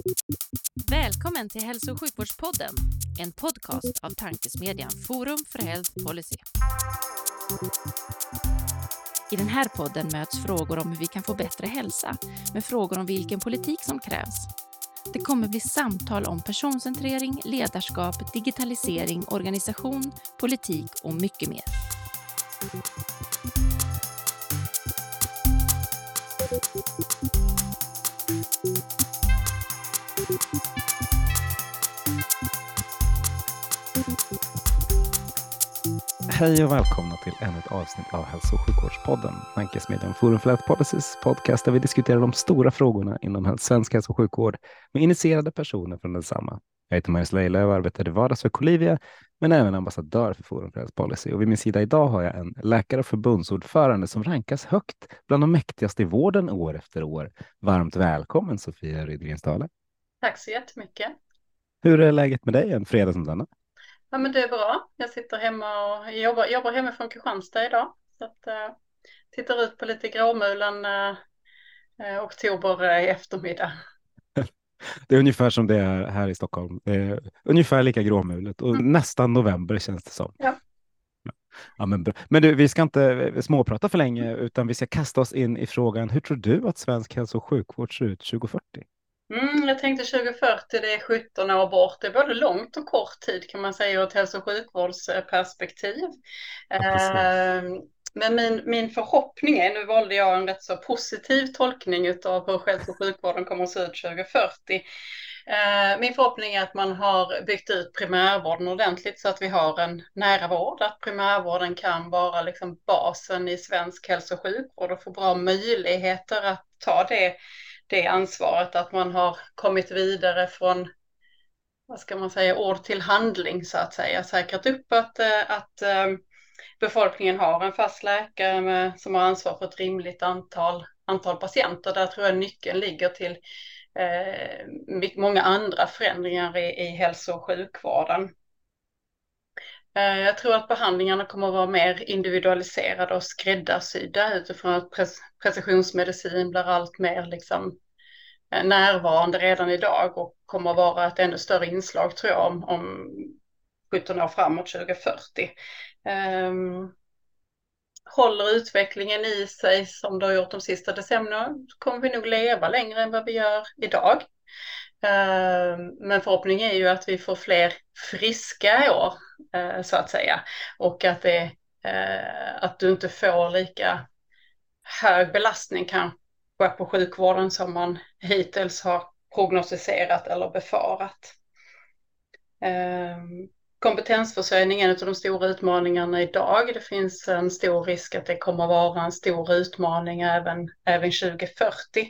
Välkommen till Hälso- och sjukvårdspodden, en podcast av tankesmedjan Forum för Health Policy. I den här podden möts frågor om hur vi kan få bättre hälsa med frågor om vilken politik som krävs. Det kommer bli samtal om personcentrering, ledarskap, digitalisering, organisation, politik och mycket mer. Hej och välkomna till ännu ett avsnitt av Hälso- och sjukvårdspodden, tankesmedjan Forum för Health Policys podcast där vi diskuterar de stora frågorna inom svensk hälso- och sjukvård med initierade personer från densamma. Jag heter Magnus Leila och arbetar i vardags för Colivia, men även ambassadör för Forum för Health Policy. Och vid min sida idag har jag en läkare och förbundsordförande som rankas högt bland de mäktigaste i vården år efter år. Varmt välkommen Sofia Rydgren-Stahle. Tack så jättemycket. Hur är läget med dig en fredag som denna? Ja, men det är bra. Jag sitter hemma och jobbar hemifrån Kristianstad idag. Så att, tittar ut på lite gråmulen oktober i eftermiddag. Det är ungefär som det är här i Stockholm. Det är ungefär lika gråmulet och nästan november känns det som. Ja. Ja, men bra. Men du, vi ska inte småprata för länge utan vi ska kasta oss in i frågan. Hur tror du att svensk hälso- och sjukvård ser ut 2040? Jag tänkte 2040, det är 17 år bort. Det är både långt och kort tid kan man säga ur ett hälso- och sjukvårdsperspektiv. Ja, Men min förhoppning är, nu valde jag en rätt så positiv tolkning av hur hälso- och sjukvården kommer att se ut 2040. Min förhoppning är att man har byggt ut primärvården ordentligt så att vi har en nära vård, att primärvården kan vara liksom basen i svensk hälso- och sjukvård och få bra möjligheter att ta det ansvaret, att man har kommit vidare från, vad ska man säga, ord till handling så att säga, säkrat upp att befolkningen har en fast läkare som har ansvar för ett rimligt antal patienter. Där tror jag nyckeln ligger till många andra förändringar i hälso- och sjukvården. Jag tror att behandlingarna kommer att vara mer individualiserade och skräddarsydda utifrån att precisionsmedicin blir allt mer liksom närvarande redan idag och kommer att vara ett ännu större inslag tror jag om 17 år framåt 2040. Håller utvecklingen i sig som det har gjort de sista decennierna kommer vi nog leva längre än vad vi gör idag. Men förhoppningen är ju att vi får fler friska år så att säga och att du inte får lika hög belastning kanske på sjukvården som man hittills har prognostiserat eller befarat. Kompetensförsörjning är en av de stora utmaningarna idag. Det finns en stor risk att det kommer att vara en stor utmaning även 2040.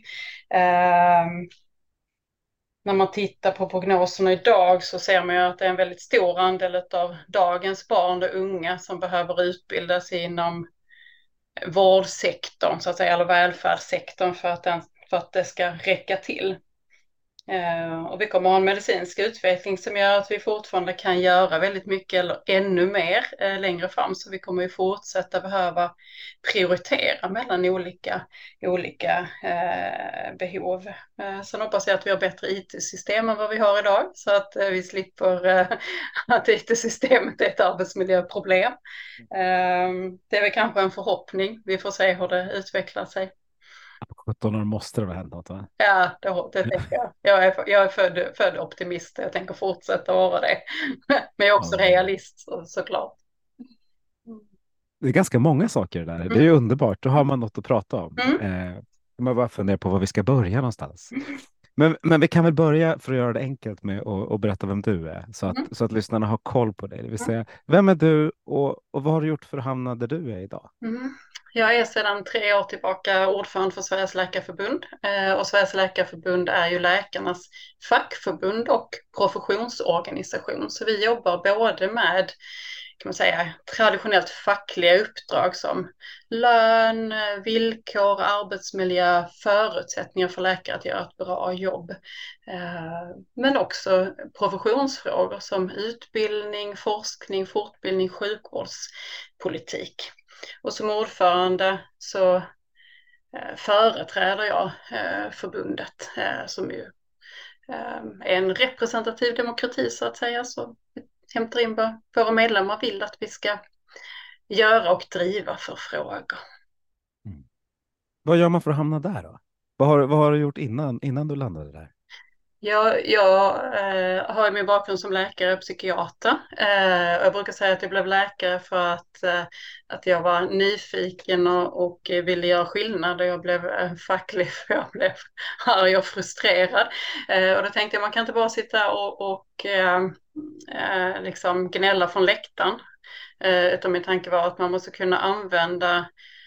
När man tittar på prognoserna idag så ser man ju att det är en väldigt stor andel av dagens barn och unga som behöver utbildas inom vårdsektorn så att säga, eller välfärdssektorn för att det ska räcka till. Och vi kommer att ha en medicinsk utveckling som gör att vi fortfarande kan göra väldigt mycket eller ännu mer längre fram. Så vi kommer ju fortsätta behöva prioritera mellan olika behov. Sen hoppas jag att vi har bättre IT-system än vad vi har idag så att vi slipper att IT-systemet är ett arbetsmiljöproblem. Det är väl kanske en förhoppning. Vi får se hur det utvecklar sig. På 17 år måste det ha hänt något, va? Ja, det tänker jag. Jag är född optimist och jag tänker fortsätta vara det. Men jag är också realist såklart. Det är ganska många saker där. Det är ju underbart. Då har man något att prata om. Man bara funderar på var vi ska börja någonstans. Men vi kan väl börja för att göra det enkelt med att berätta vem du är så att lyssnarna har koll på dig. Det vill säga, vem är du och vad har du gjort för att hamna där du är idag? Jag är sedan 3 år tillbaka ordförande för Sveriges läkarförbund och Sveriges läkarförbund är ju läkarnas fackförbund och professionsorganisation. Så vi jobbar både med kan man säga, traditionellt fackliga uppdrag som lön, villkor, arbetsmiljö, förutsättningar för läkare att göra ett bra jobb. Men också professionsfrågor som utbildning, forskning, fortbildning, sjukvårdspolitik. Och som ordförande så företräder jag förbundet som ju en representativ demokrati så att säga, så vi hämtar in vad våra medlemmar vill att vi ska göra och driva för frågor. Vad gör man för att hamna där då? Vad har du gjort innan du landade där? Jag har ju min bakgrund som läkare och psykiater. Jag brukar säga att jag blev läkare för att jag var nyfiken och ville göra skillnad. Och jag blev facklig för jag blev arg och frustrerad. Och då tänkte jag man kan inte bara sitta och liksom gnälla från läktaren. Utan min tanke var att man måste kunna använda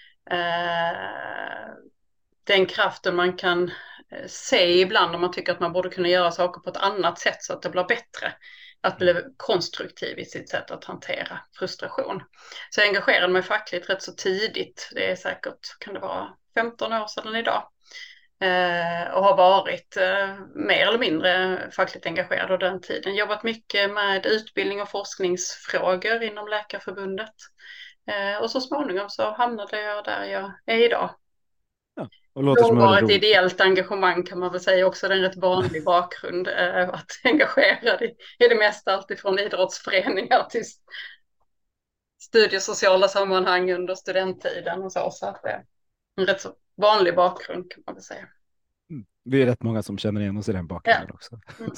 den kraften man kan se ibland om man tycker att man borde kunna göra saker på ett annat sätt så att det blir bättre. Att bli konstruktiv i sitt sätt att hantera frustration. Så jag engagerade mig fackligt rätt så tidigt. Det är säkert, kan det vara 15 år sedan idag. Och har varit mer eller mindre fackligt engagerad under den tiden. Jobbat mycket med utbildning och forskningsfrågor inom Läkarförbundet. Och så småningom så hamnade jag där jag är idag. Ja, och låter som ett ideellt engagemang kan man väl säga också. Det är en rätt vanlig bakgrund att engagerad i det mesta, alltifrån idrottsföreningar till studiesociala sammanhang under studenttiden och så att det är en rätt så vanlig bakgrund kan man väl säga. Vi är rätt många som känner igen oss i den bakgrunden också.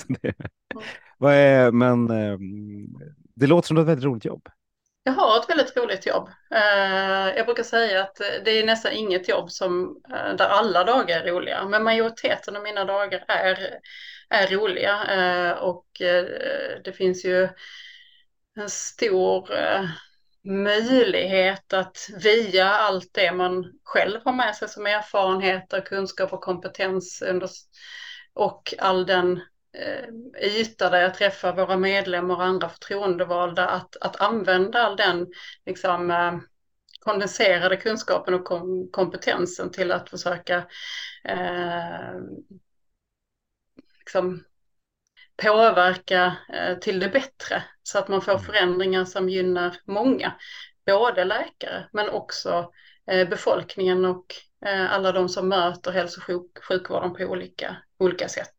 Det låter som ett väldigt roligt jobb. Jag har ett väldigt roligt jobb. Jag brukar säga att det är nästan inget jobb där alla dagar är roliga. Men majoriteten av mina dagar är roliga. Och det finns ju en stor möjlighet att via allt det man själv har med sig som erfarenheter, kunskap och kompetens och all den yta där jag träffar våra medlemmar och andra förtroendevalda att använda all den liksom, kondenserade kunskapen och kompetensen till att försöka liksom påverka till det bättre så att man får förändringar som gynnar många, både läkare men också befolkningen och alla de som möter hälso- och sjukvården på olika sätt.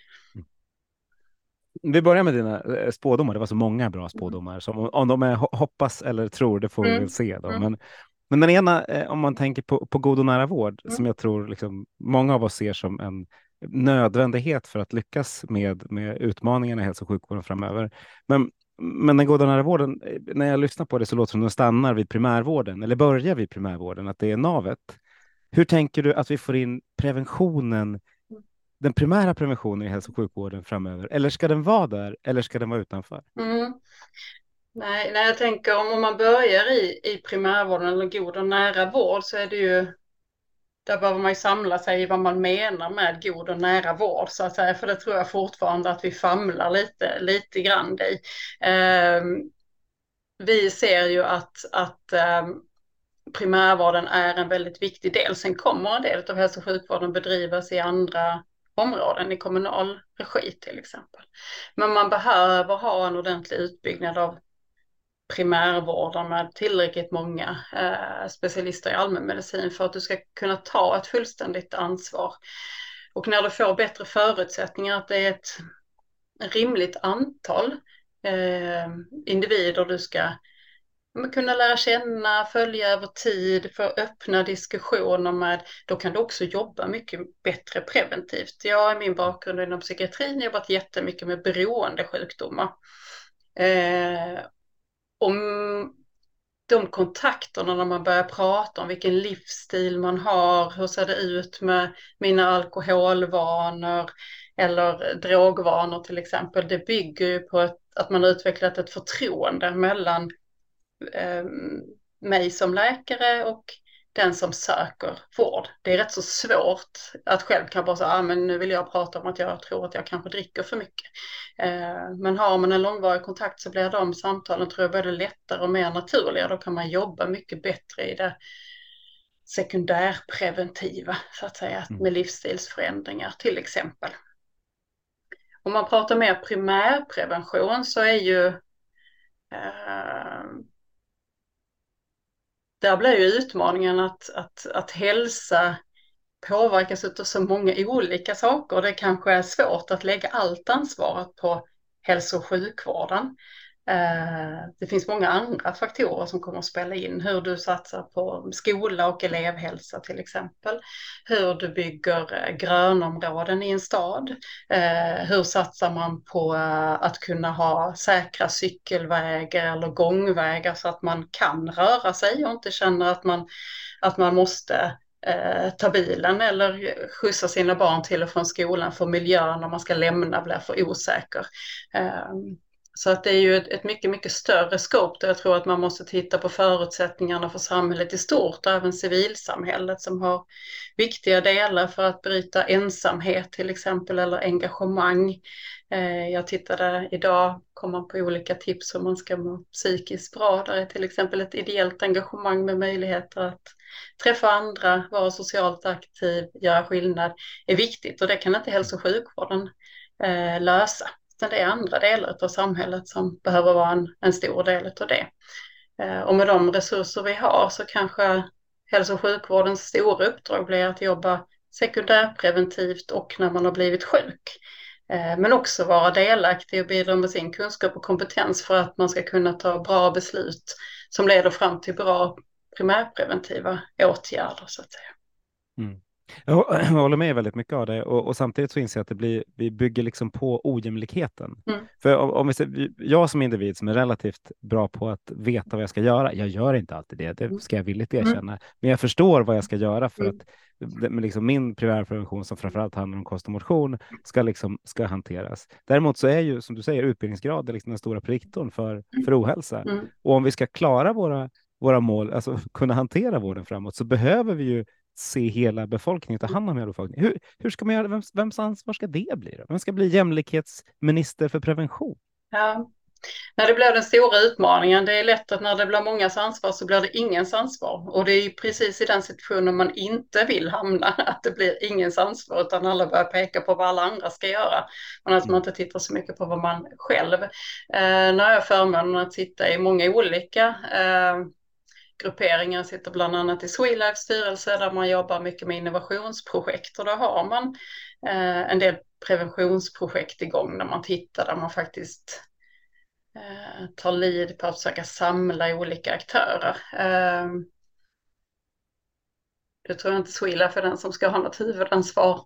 Vi börjar med dina spådomar. Det var så många bra spådomar. Som om de är hoppas eller tror, det får vi väl se då. Men den ena, om man tänker på god och nära vård, som jag tror liksom många av oss ser som en nödvändighet för att lyckas med utmaningarna i hälso- och sjukvården framöver. Men den goda och nära vården, när jag lyssnar på det så låter det som att den stannar vid primärvården, eller börjar vid primärvården, att det är navet. Hur tänker du att vi får in preventionen, den primära preventionen i hälso- och sjukvården framöver? Eller ska den vara där, eller ska den vara utanför? Nej, när jag tänker om man börjar i primärvården eller god och nära vård så är det ju, där behöver man ju samla sig i vad man menar med god och nära vård så att säga, för det tror jag fortfarande att vi famlar lite grann i. Vi ser ju att primärvården är en väldigt viktig del. Sen kommer en del av hälso- och sjukvården bedrivas i andra områden, i kommunal regi till exempel. Men man behöver ha en ordentlig utbyggnad av primärvården med tillräckligt många specialister i allmänmedicin för att du ska kunna ta ett fullständigt ansvar. Och när du får bättre förutsättningar, att det är ett rimligt antal individer du ska kunna lära känna, följa över tid, få öppna diskussioner med, då kan du också jobba mycket bättre preventivt. Jag har i min bakgrund inom psykiatrin jobbat jättemycket med beroendesjukdomar. Om de kontakterna när man börjar prata om vilken livsstil man har, hur ser det ut med mina alkoholvanor eller drogvanor till exempel, det bygger ju på att man har utvecklat ett förtroende mellan mig som läkare och den som söker vård. Det är rätt så svårt att själv kan bara säga, men nu vill jag prata om att jag tror att jag kanske dricker för mycket. Men har man en långvarig kontakt så blir de samtalen, tror jag, både lättare och mer naturliga. Då kan man jobba mycket bättre i det sekundärpreventiva, så att säga, med livsstilsförändringar till exempel. Om man pratar mer primärprevention så är ju där blir ju utmaningen att hälsa påverkas av så många olika saker. Det kanske är svårt att lägga allt ansvaret på hälso- och sjukvården. Det finns många andra faktorer som kommer att spela in. Hur du satsar på skola och elevhälsa till exempel. Hur du bygger grönområden i en stad. Hur satsar man på att kunna ha säkra cykelvägar eller gångvägar så att man kan röra sig och inte känner att man måste ta bilen eller skjutsa sina barn till och från skolan för miljön när man ska lämna blir för osäker. Så att det är ju ett mycket, mycket större scope där jag tror att man måste titta på förutsättningarna för samhället i stort och även civilsamhället som har viktiga delar för att bryta ensamhet till exempel eller engagemang. Jag tittade idag, kom man på olika tips om man ska må psykiskt bra. Där är till exempel ett ideellt engagemang med möjligheter att träffa andra, vara socialt aktiv, göra skillnad är viktigt och det kan inte hälso- och sjukvården lösa. Det är andra delar av samhället som behöver vara en stor del av det. Och med de resurser vi har så kanske hälso- och sjukvårdens stora uppdrag blir att jobba sekundärpreventivt och när man har blivit sjuk. Men också vara delaktig och bidra med sin kunskap och kompetens för att man ska kunna ta bra beslut som leder fram till bra primärpreventiva åtgärder så att säga. Mm. Jag håller med väldigt mycket av det och samtidigt så inser jag att vi bygger liksom på ojämlikheten. För om vi ser, jag som individ som är relativt bra på att veta vad jag ska göra, jag gör inte alltid det ska jag villigt erkänna, men jag förstår vad jag ska göra för att liksom min primärprevention som framförallt handlar om kost och motion ska hanteras. Däremot så är ju som du säger utbildningsgrad liksom den stora prediktorn för ohälsa. Och om vi ska klara våra mål, alltså kunna hantera vården framåt så behöver vi ju se hela befolkningen, ta hand om hela befolkningen. Hur ska man göra? Vems ansvar ska det bli då? Vem ska bli jämlikhetsminister för prevention? Ja, när det blir den stora utmaningen, det är lätt att när det blir mångas ansvar så blir det ingens ansvar. Och det är ju precis i den situationen man inte vill hamna, att det blir ingens ansvar utan alla börjar peka på vad alla andra ska göra. Men att man inte tittar så mycket på vad man själv. När jag har förmånen att sitta i många olika grupperingar, sitter bland annat i Swelifes styrelse där man jobbar mycket med innovationsprojekt och då har man en del preventionsprojekt igång där man tittar där man faktiskt tar lead på att försöka samla olika aktörer. Jag tror inte Swelife är den som ska ha något huvudansvar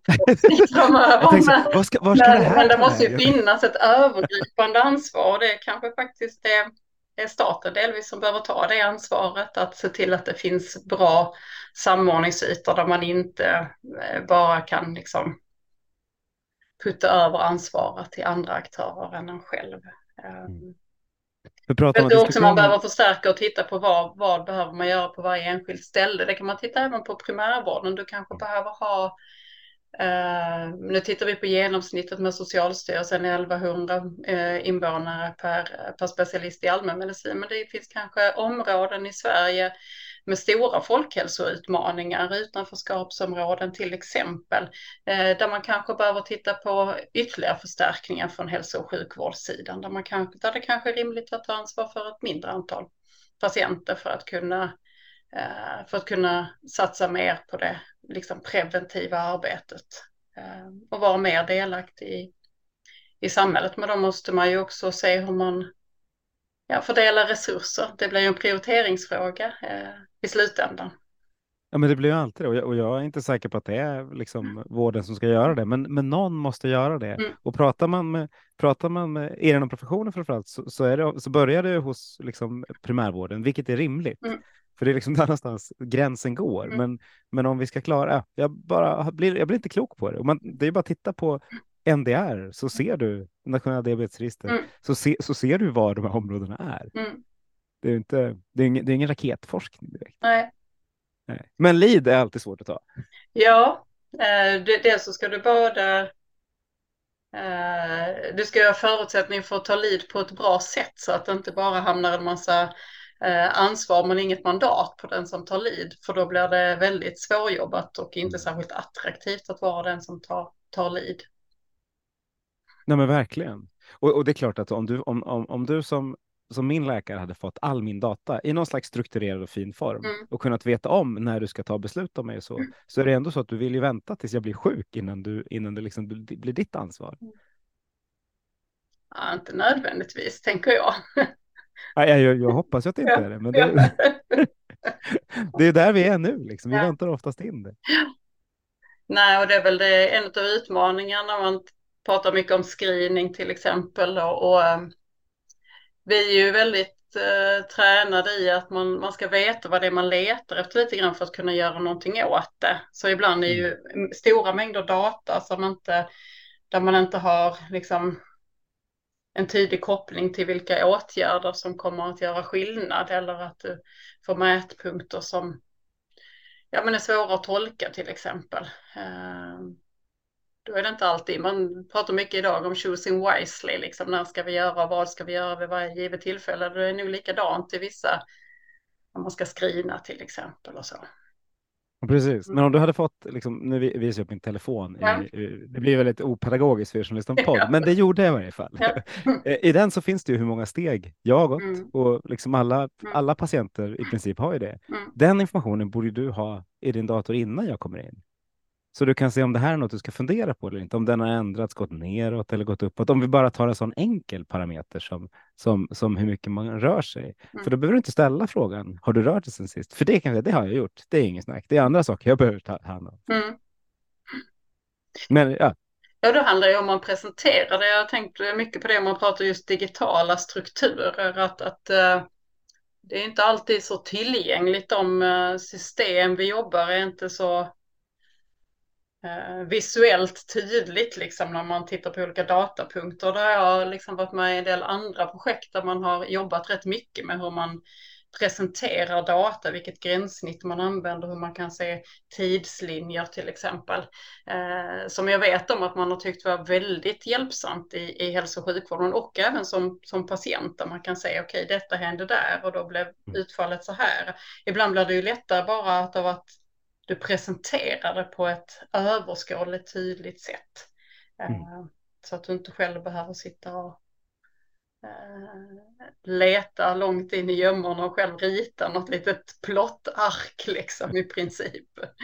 framöver. Men det måste ju finnas ett övergripande ansvar. Det är kanske faktiskt det är staten delvis som behöver ta det ansvaret att se till att det finns bra samordningsytor där man inte bara kan liksom putta över ansvaret till andra aktörer än en själv. Jag tror också man behöver förstärka och titta på vad behöver man göra på varje enskilt ställe. Det kan man titta även på primärvården. Du kanske behöver ha, nu tittar vi på genomsnittet med Socialstyrelsen 1100 invånare per specialist i allmänmedicin. Men det finns kanske områden i Sverige med stora folkhälsoutmaningar, utanförskapsområden till exempel, där man kanske behöver titta på ytterligare förstärkningar från hälso- och sjukvårdssidan, där det kanske är rimligt att ta ansvar för ett mindre antal patienter för att kunna satsa mer på det liksom preventiva arbetet och vara mer delaktig i samhället. Men då måste man ju också se hur man fördela resurser. Det blir ju en prioriteringsfråga i slutändan. Ja, men det blir ju alltid det. Och jag är inte säker på att det är liksom vården som ska göra det. Men någon måste göra det. Och pratar man med inom professionen framförallt så börjar det hos liksom primärvården, vilket är rimligt. För det är liksom där någonstans gränsen går. Men om vi ska klara, jag blir inte klok på det. Och det är bara att titta på NDR så ser du nationella diabetesregister så ser du var de här områdena är. Det är ingen raketforskning direkt. Nej. Men lead är alltid svårt att ta. Ja, dels så ska du du ska ha förutsättning för att ta lead på ett bra sätt så att det inte bara hamnar en massa ansvar men inget mandat på den som tar lead. För då blir det väldigt svårjobbat och inte särskilt attraktivt att vara den som tar lead. Nej men verkligen. Och det är klart att om du som som min läkare hade fått all min data i någon slags strukturerad och fin form och kunnat veta om när du ska ta beslut om mig och så är det ändå så att du vill ju vänta tills jag blir sjuk innan det liksom blir ditt ansvar. Ja, inte nödvändigtvis, tänker jag. Jag hoppas att det inte är det, men det är där vi är nu. Liksom. Vi väntar oftast in det. Nej, och det är väl en av utmaningarna. Man pratar mycket om screening till exempel. Och vi är ju väldigt tränade i att man ska veta vad det är man letar efter lite grann för att kunna göra någonting åt det. Så ibland är ju stora mängder data där man inte har liksom en tydlig koppling till vilka åtgärder som kommer att göra skillnad, eller att du får mätpunkter som är svåra att tolka till exempel. Då är det inte alltid, man pratar mycket idag om choosing wisely, liksom när ska vi göra, vad ska vi göra vid varje givet tillfälle. Det är nog likadant till vissa, om man ska screena till exempel och så. Precis, men om du hade fått, liksom, nu visar jag upp min telefon, det blir väldigt opedagogiskt för er som lyssnar på podd, men det gjorde jag i varje fall. I den så finns det ju hur många steg jag har gått och liksom alla patienter i princip har ju det. Den informationen borde du ha i din dator innan jag kommer in. Så du kan se om det här är något du ska fundera på eller inte. Om den har ändrats, gått neråt eller gått uppåt. Om vi bara tar en sån enkel parameter som hur mycket man rör sig. För då behöver du inte ställa frågan, har du rört dig sen sist? För det har jag gjort. Det är ingen snack. Det är andra saker jag behöver ta hand om. Men ja, då handlar det om att presentera det. Jag har tänkt mycket på det om man pratar just digitala strukturer. Att det är inte alltid så tillgängligt. De system vi jobbar är inte så visuellt tydligt liksom, när man tittar på olika datapunkter. Där har jag liksom varit med i en del andra projekt där man har jobbat rätt mycket med hur man presenterar data, vilket gränssnitt man använder, hur man kan se tidslinjer till exempel. Som jag vet om att man har tyckt var väldigt hjälpsamt i hälso- och sjukvården och även som patient, där man kan säga okej, detta hände där och då blev utfallet så här. Ibland blir det ju lättare bara av att du presenterar det på ett överskådligt tydligt sätt. Så att du inte själv behöver sitta och leta långt in i gömmorna och själv rita något litet plottark liksom i princip.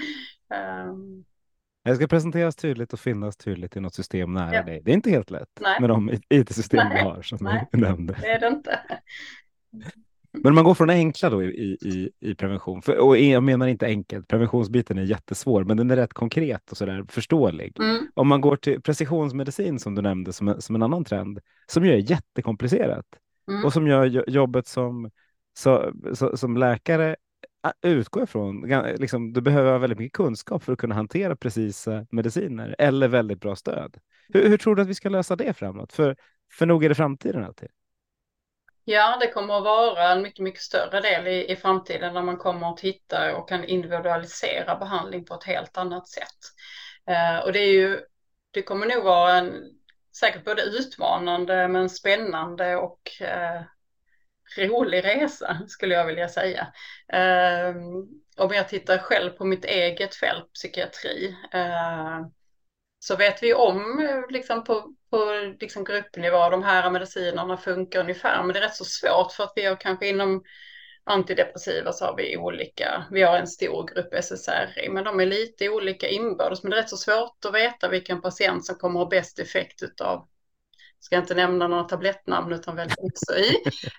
Det ska presenteras tydligt och finnas tydligt i något system nära dig. Det är inte helt lätt med de IT-system vi har som vi nämnde. Det är det inte. Men man går från enkla då i prevention. Och jag menar inte enkelt. Preventionsbiten är jättesvår, men den är rätt konkret och sådär förståelig. Om man går till precisionsmedicin som du nämnde som en annan trend, som ju är jättekomplicerat och som gör jobbet som läkare utgår ifrån. Liksom, du behöver ha väldigt mycket kunskap för att kunna hantera precisa mediciner eller väldigt bra stöd. Hur tror du att vi ska lösa det framåt? För nog är det framtiden alltid. Ja, det kommer att vara en mycket, mycket större del i framtiden när man kommer att titta och kan individualisera behandling på ett helt annat sätt. Och det kommer nog vara säkert både utmanande men spännande och rolig resa skulle jag vilja säga. Om jag tittar själv på mitt eget fält, psykiatri, så vet vi om liksom på liksom gruppnivå, de här medicinerna funkar ungefär, men det är rätt så svårt för att vi har kanske inom antidepressiva så har vi har en stor grupp SSRI, men de är lite olika inbördes, men det är rätt så svårt att veta vilken patient som kommer att ha bäst effekt utav, ska inte nämna några tablettnamn utan väldigt också i.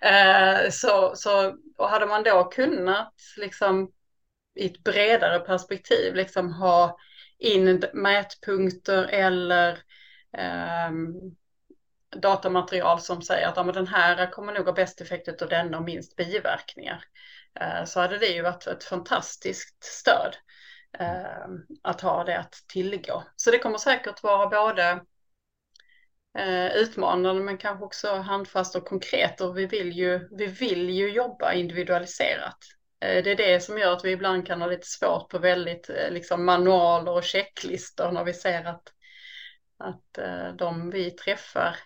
Och hade man då kunnat liksom i ett bredare perspektiv liksom ha in mätpunkter eller datamaterial som säger att men den här kommer nog ha bäst effekt av den och minst biverkningar. Så hade det ju varit ett fantastiskt stöd att ha det att tillgå. Så det kommer säkert vara både utmanande men kanske också handfast och konkret, och vi vill ju jobba individualiserat. Det är det som gör att vi ibland kan ha lite svårt på väldigt liksom manualer och checklistor när vi ser att de vi träffar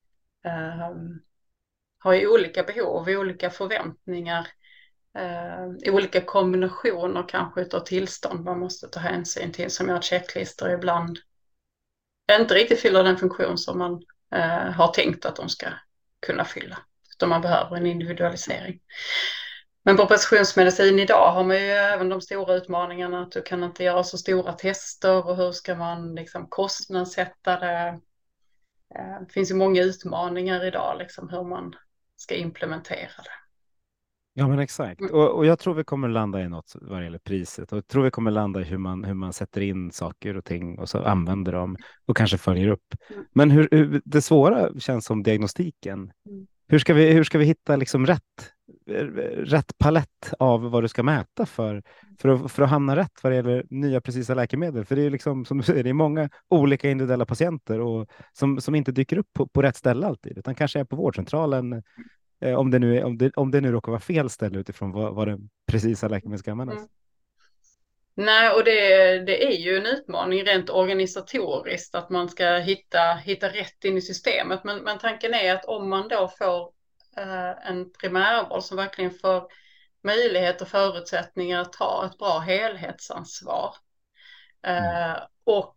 har ju olika behov, olika förväntningar, olika kombinationer kanske utav tillstånd man måste ta hänsyn till, som gör att checklistor ibland inte riktigt fyller den funktion som man har tänkt att de ska kunna fylla. då man behöver en individualisering. Men på precisionsmedicin idag har man ju även de stora utmaningarna att du kan inte göra så stora tester och hur ska man liksom kostnadssätta det. Det finns ju många utmaningar idag liksom hur man ska implementera det. Ja, men exakt. Och jag tror vi kommer landa i något vad det gäller priset. Och jag tror vi kommer landa i hur man sätter in saker och ting och så använder dem och kanske följer upp. Men det svåra känns som diagnostiken. Hur ska vi hitta liksom rätt palett av vad du ska mäta för att hamna rätt vad det gäller nya precisa läkemedel? För det är liksom, som du säger, det är många olika individuella patienter och som inte dyker upp på rätt ställe alltid, utan kanske är på vårdcentralen. Om det nu råkar vara fel ställe utifrån vad den precisa läkemedlet ska användas. Nej, och det är ju en utmaning rent organisatoriskt att man ska hitta rätt in i systemet. Men tanken är att om man då får en primärvård som verkligen får möjlighet och förutsättningar att ta ett bra helhetsansvar och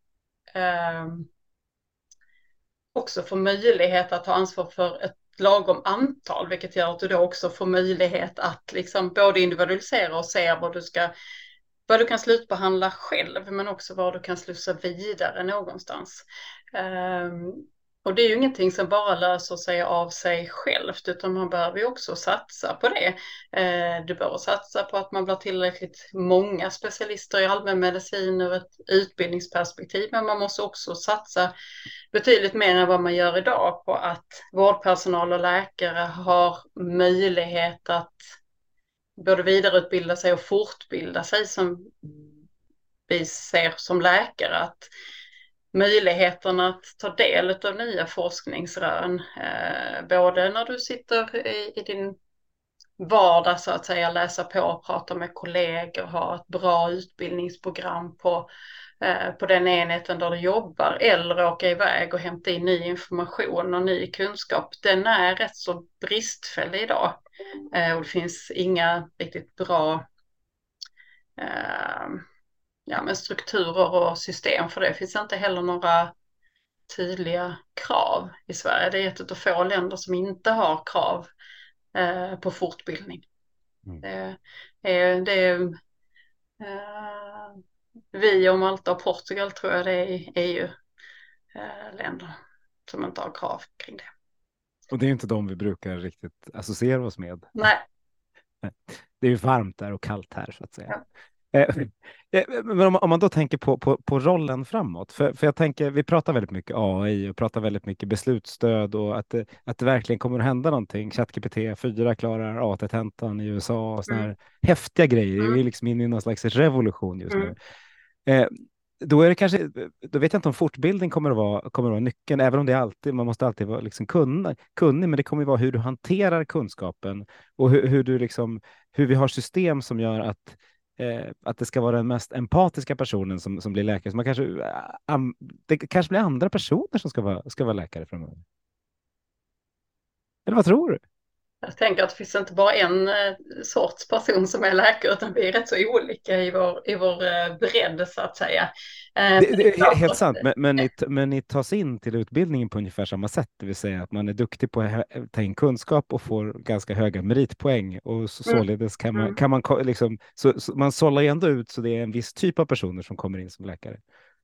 också får möjlighet att ta ansvar för ett lagom antal, vilket gör att du då också får möjlighet att liksom både individualisera och se vad du kan slutbehandla själv, men också vad du kan slussa vidare någonstans. Och det är ju ingenting som bara löser sig av sig självt, utan man behöver ju också satsa på det. Du behöver satsa på att man blir tillräckligt många specialister i allmänmedicin ur ett utbildningsperspektiv, men man måste också satsa betydligt mer än vad man gör idag på att vårdpersonal och läkare har möjlighet att både vidareutbilda sig och fortbilda sig, som vi ser som läkare, att möjligheten att ta del av nya forskningsrön, både när du sitter i din vardag så att säga, läsa på och prata med kollegor, ha ett bra utbildningsprogram på den enheten där du jobbar, eller åka iväg och hämta in ny information och ny kunskap, den är rätt så bristfällig idag. Och det finns inga riktigt bra men strukturer och system för det. Det finns inte heller några tydliga krav i Sverige. Det är ett av få länder som inte har krav på fortbildning. Vi och Malta och Portugal tror jag det är EU-länder som inte har krav kring det. Och det är inte de vi brukar riktigt associera oss med. Nej. Det är ju varmt där och kallt här så att säga. Ja. Men om man då tänker på rollen framåt, för jag tänker, vi pratar väldigt mycket AI och pratar väldigt mycket beslutsstöd och att det verkligen kommer att hända någonting. ChatGPT 4 klarar AT-tentan i USA och såna här häftiga grejer. Vi är liksom inne i någon slags revolution just nu. Då är det kanske, då vet jag inte om fortbildning kommer att vara nyckeln, även om det alltid, man måste alltid vara liksom kunnig, men det kommer att vara hur du hanterar kunskapen och hur vi har system som gör att det ska vara den mest empatiska personen som blir läkare. Så det kanske blir andra personer som ska vara läkare framöver. Eller vad tror du? Jag tänker att det finns inte bara en sorts person som är läkare, utan vi är rätt så olika i vår bredd så att säga. Det är helt sant, men ni tas in till utbildningen på ungefär samma sätt, det vill säga att man är duktig på att ta in kunskap och får ganska höga meritpoäng och således kan man liksom, så man sållar ju ändå ut så det är en viss typ av personer som kommer in som läkare.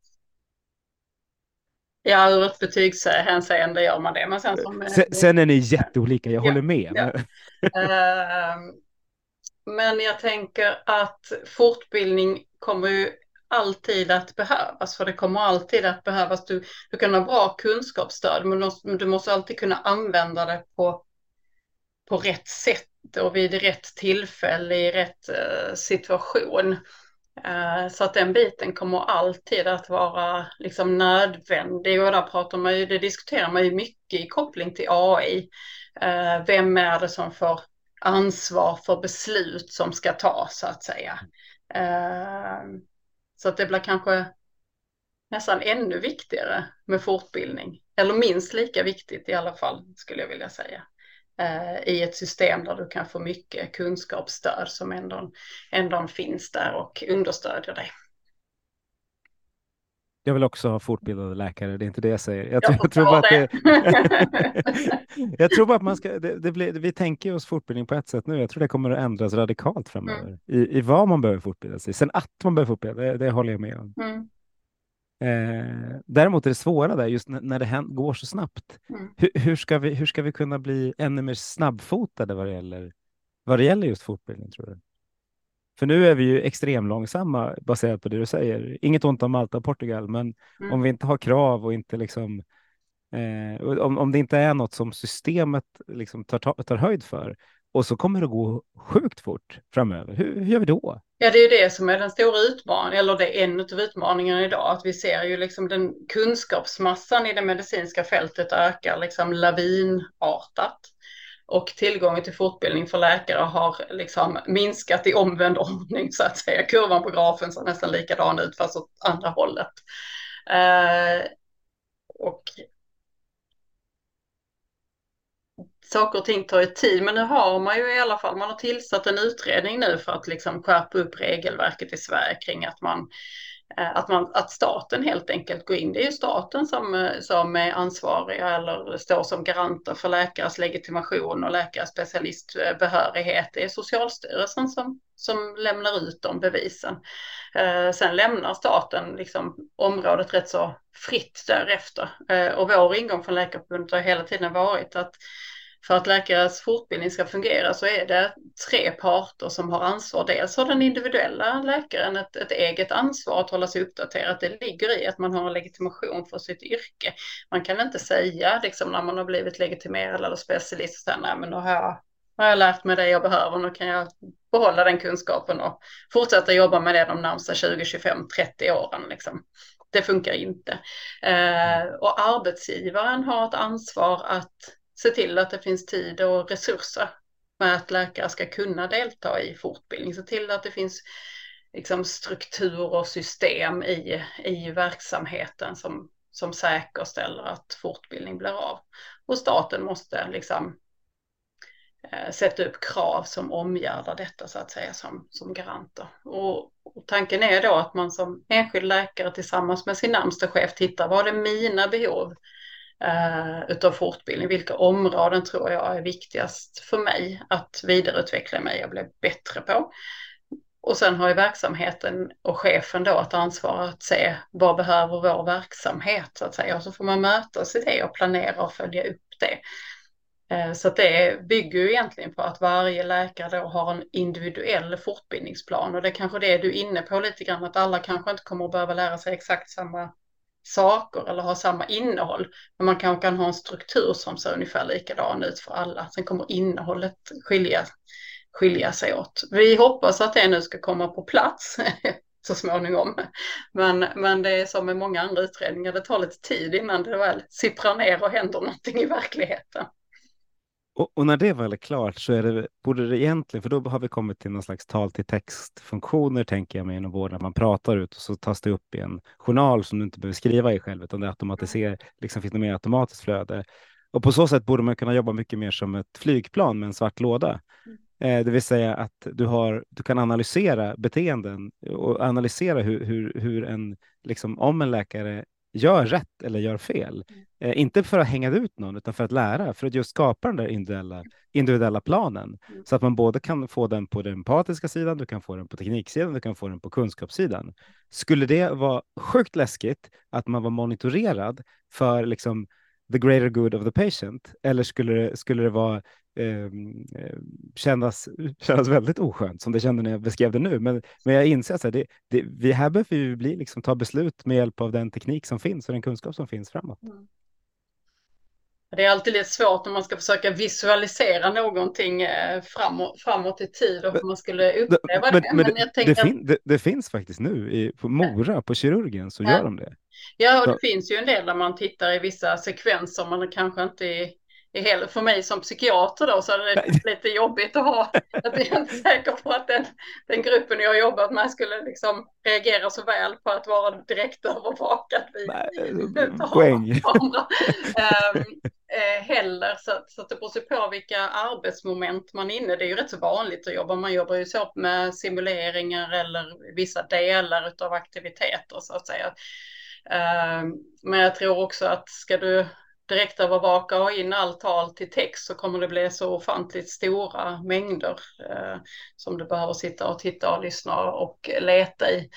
Ja, ur ett betygshänseende gör man det. Men sen är ni jätteolika, jag håller med. Ja. Men jag tänker att fortbildning kommer ju alltid att behövas. För det kommer alltid att behövas. Du kan ha bra kunskapsstöd, men du måste alltid kunna använda det på rätt sätt och vid rätt tillfälle i rätt situation. Så att den biten kommer alltid att vara liksom nödvändig, och där det diskuterar man ju mycket i koppling till AI. Vem är det som får ansvar för beslut som ska tas så att säga. Så att det blir kanske nästan ännu viktigare med fortbildning, eller minst lika viktigt i alla fall skulle jag vilja säga. I ett system där du kan få mycket kunskapsstöd som ändå finns där och understödjer dig. Jag vill också ha fortbildade läkare, det är inte det jag säger. Jag Jag tror bara att det. jag tror bara att man ska, vi tänker oss fortbildning på ett sätt nu. Jag tror det kommer att ändras radikalt framöver i vad man behöver fortbilda sig. Sen att man behöver fortbilda, det håller jag med om. Däremot är det svåra där, just när det går så snabbt. Hur ska vi kunna bli ännu mer snabbfotade vad det gäller just fortbildning, tror du? För nu är vi ju extremt långsamma baserat på det du säger. Inget ont om Malta och Portugal, men om vi inte har krav och inte liksom om det inte är något som systemet liksom tar höjd för, och så kommer det gå sjukt fort framöver. Hur gör vi då? Ja, det är ju det som är den stora utmaningen, eller det är en av utmaningarna idag, att vi ser ju liksom den kunskapsmassan i det medicinska fältet ökar liksom lavinartat. Och tillgången till fortbildning för läkare har liksom minskat i omvänd ordning, så att säga. Kurvan på grafen ser nästan likadan ut, fast åt andra hållet. Och saker och ting tar ju tid, men nu har man ju i alla fall, man har tillsatt en utredning nu för att liksom skärpa upp regelverket i Sverige kring att staten helt enkelt går in. Det är ju staten som är ansvariga eller står som garanter för läkares legitimation och läkares specialistbehörighet. Det är Socialstyrelsen som lämnar ut de bevisen. Sen lämnar staten liksom området rätt så fritt därefter. Och vår ingång från Läkarförbundet har hela tiden varit att för att läkares fortbildning ska fungera så är det 3 parter som har ansvar. Dels har den individuella läkaren ett eget ansvar att hålla sig uppdaterad. Det ligger i att man har en legitimation för sitt yrke. Man kan inte säga liksom, när man har blivit legitimerad eller specialist, så nej, men då har jag lärt mig det jag behöver. Nu kan jag behålla den kunskapen och fortsätta jobba med det de närmsta 20, 25, 30 åren. Liksom. Det funkar inte. Och arbetsgivaren har ett ansvar att se till att det finns tid och resurser med att läkare ska kunna delta i fortbildning. Se till att det finns liksom struktur och system i verksamheten som säkerställer att fortbildning blir av. Och staten måste liksom sätta upp krav som omgärdar detta, så att säga, som garanter. Och tanken är då att man som enskild läkare tillsammans med sin närmsta chef tittar, vad är mina behov utav fortbildning? Vilka områden tror jag är viktigast för mig att vidareutveckla mig och bli bättre på? Och sen har ju verksamheten och chefen då ett ansvar att se vad behöver vår verksamhet, så att säga. Och så får man mötas i det och planera och följa upp det. Så att det bygger ju egentligen på att varje läkare då har en individuell fortbildningsplan. Och det är kanske det du är inne på lite grann, att alla kanske inte kommer att behöva lära sig exakt samma saker eller ha samma innehåll. Men man kanske kan ha en struktur som ser ungefär likadan ut för alla. Sen kommer innehållet skilja sig åt. Vi hoppas att det nu ska komma på plats så småningom. Men det är som med många andra utredningar, det tar lite tid innan det väl sipprar ner och händer någonting i verkligheten. Och när det väl är klart så borde det egentligen, för då har vi kommit till någon slags tal till textfunktioner, tänker jag mig, inom vården. Man pratar ut och så tas det upp i en journal som du inte behöver skriva i själv, utan det automatiserar, liksom finns det mer automatiskt flöde. Och på så sätt borde man kunna jobba mycket mer som ett flygplan med en svart låda. Det vill säga att du kan analysera beteenden och analysera hur liksom, om en läkare gör rätt eller gör fel. Inte för att hänga ut någon, utan för att lära, för att just skapa den där individuella planen. Så att man både kan få den på den empatiska sidan, du kan få den på tekniksidan, du kan få den på kunskapssidan. Skulle det vara sjukt läskigt att man var monitorerad för liksom the greater good of the patient, eller skulle det vara kännas väldigt oskönt som det kände när jag beskrev det nu, men jag inser att vi här behöver vi bli liksom, ta beslut med hjälp av den teknik som finns och den kunskap som finns framåt. Det är alltid lite svårt när man ska försöka visualisera någonting framåt i tid och hur man skulle uppleva det. Men jag tänker det finns faktiskt nu på Mora, på kirurgen, så gör de det. Ja, och det finns ju en del där man tittar i vissa sekvenser, man kanske inte är heller, för mig som psykiater då, så är det lite jobbigt att jag är inte säker på att den gruppen jag har jobbat med skulle liksom reagera så väl på att vara direkt övervakad poäng. Heller, så att det beror sig på vilka arbetsmoment man är inne. Det är ju rätt så vanligt att jobba. Man jobbar ju så med simuleringar eller vissa delar av aktiviteter, så att säga. Men jag tror också att ska du direkt övervaka och ha in allt tal till text så kommer det bli så ofantligt stora mängder som du behöver sitta och titta och lyssna och leta i.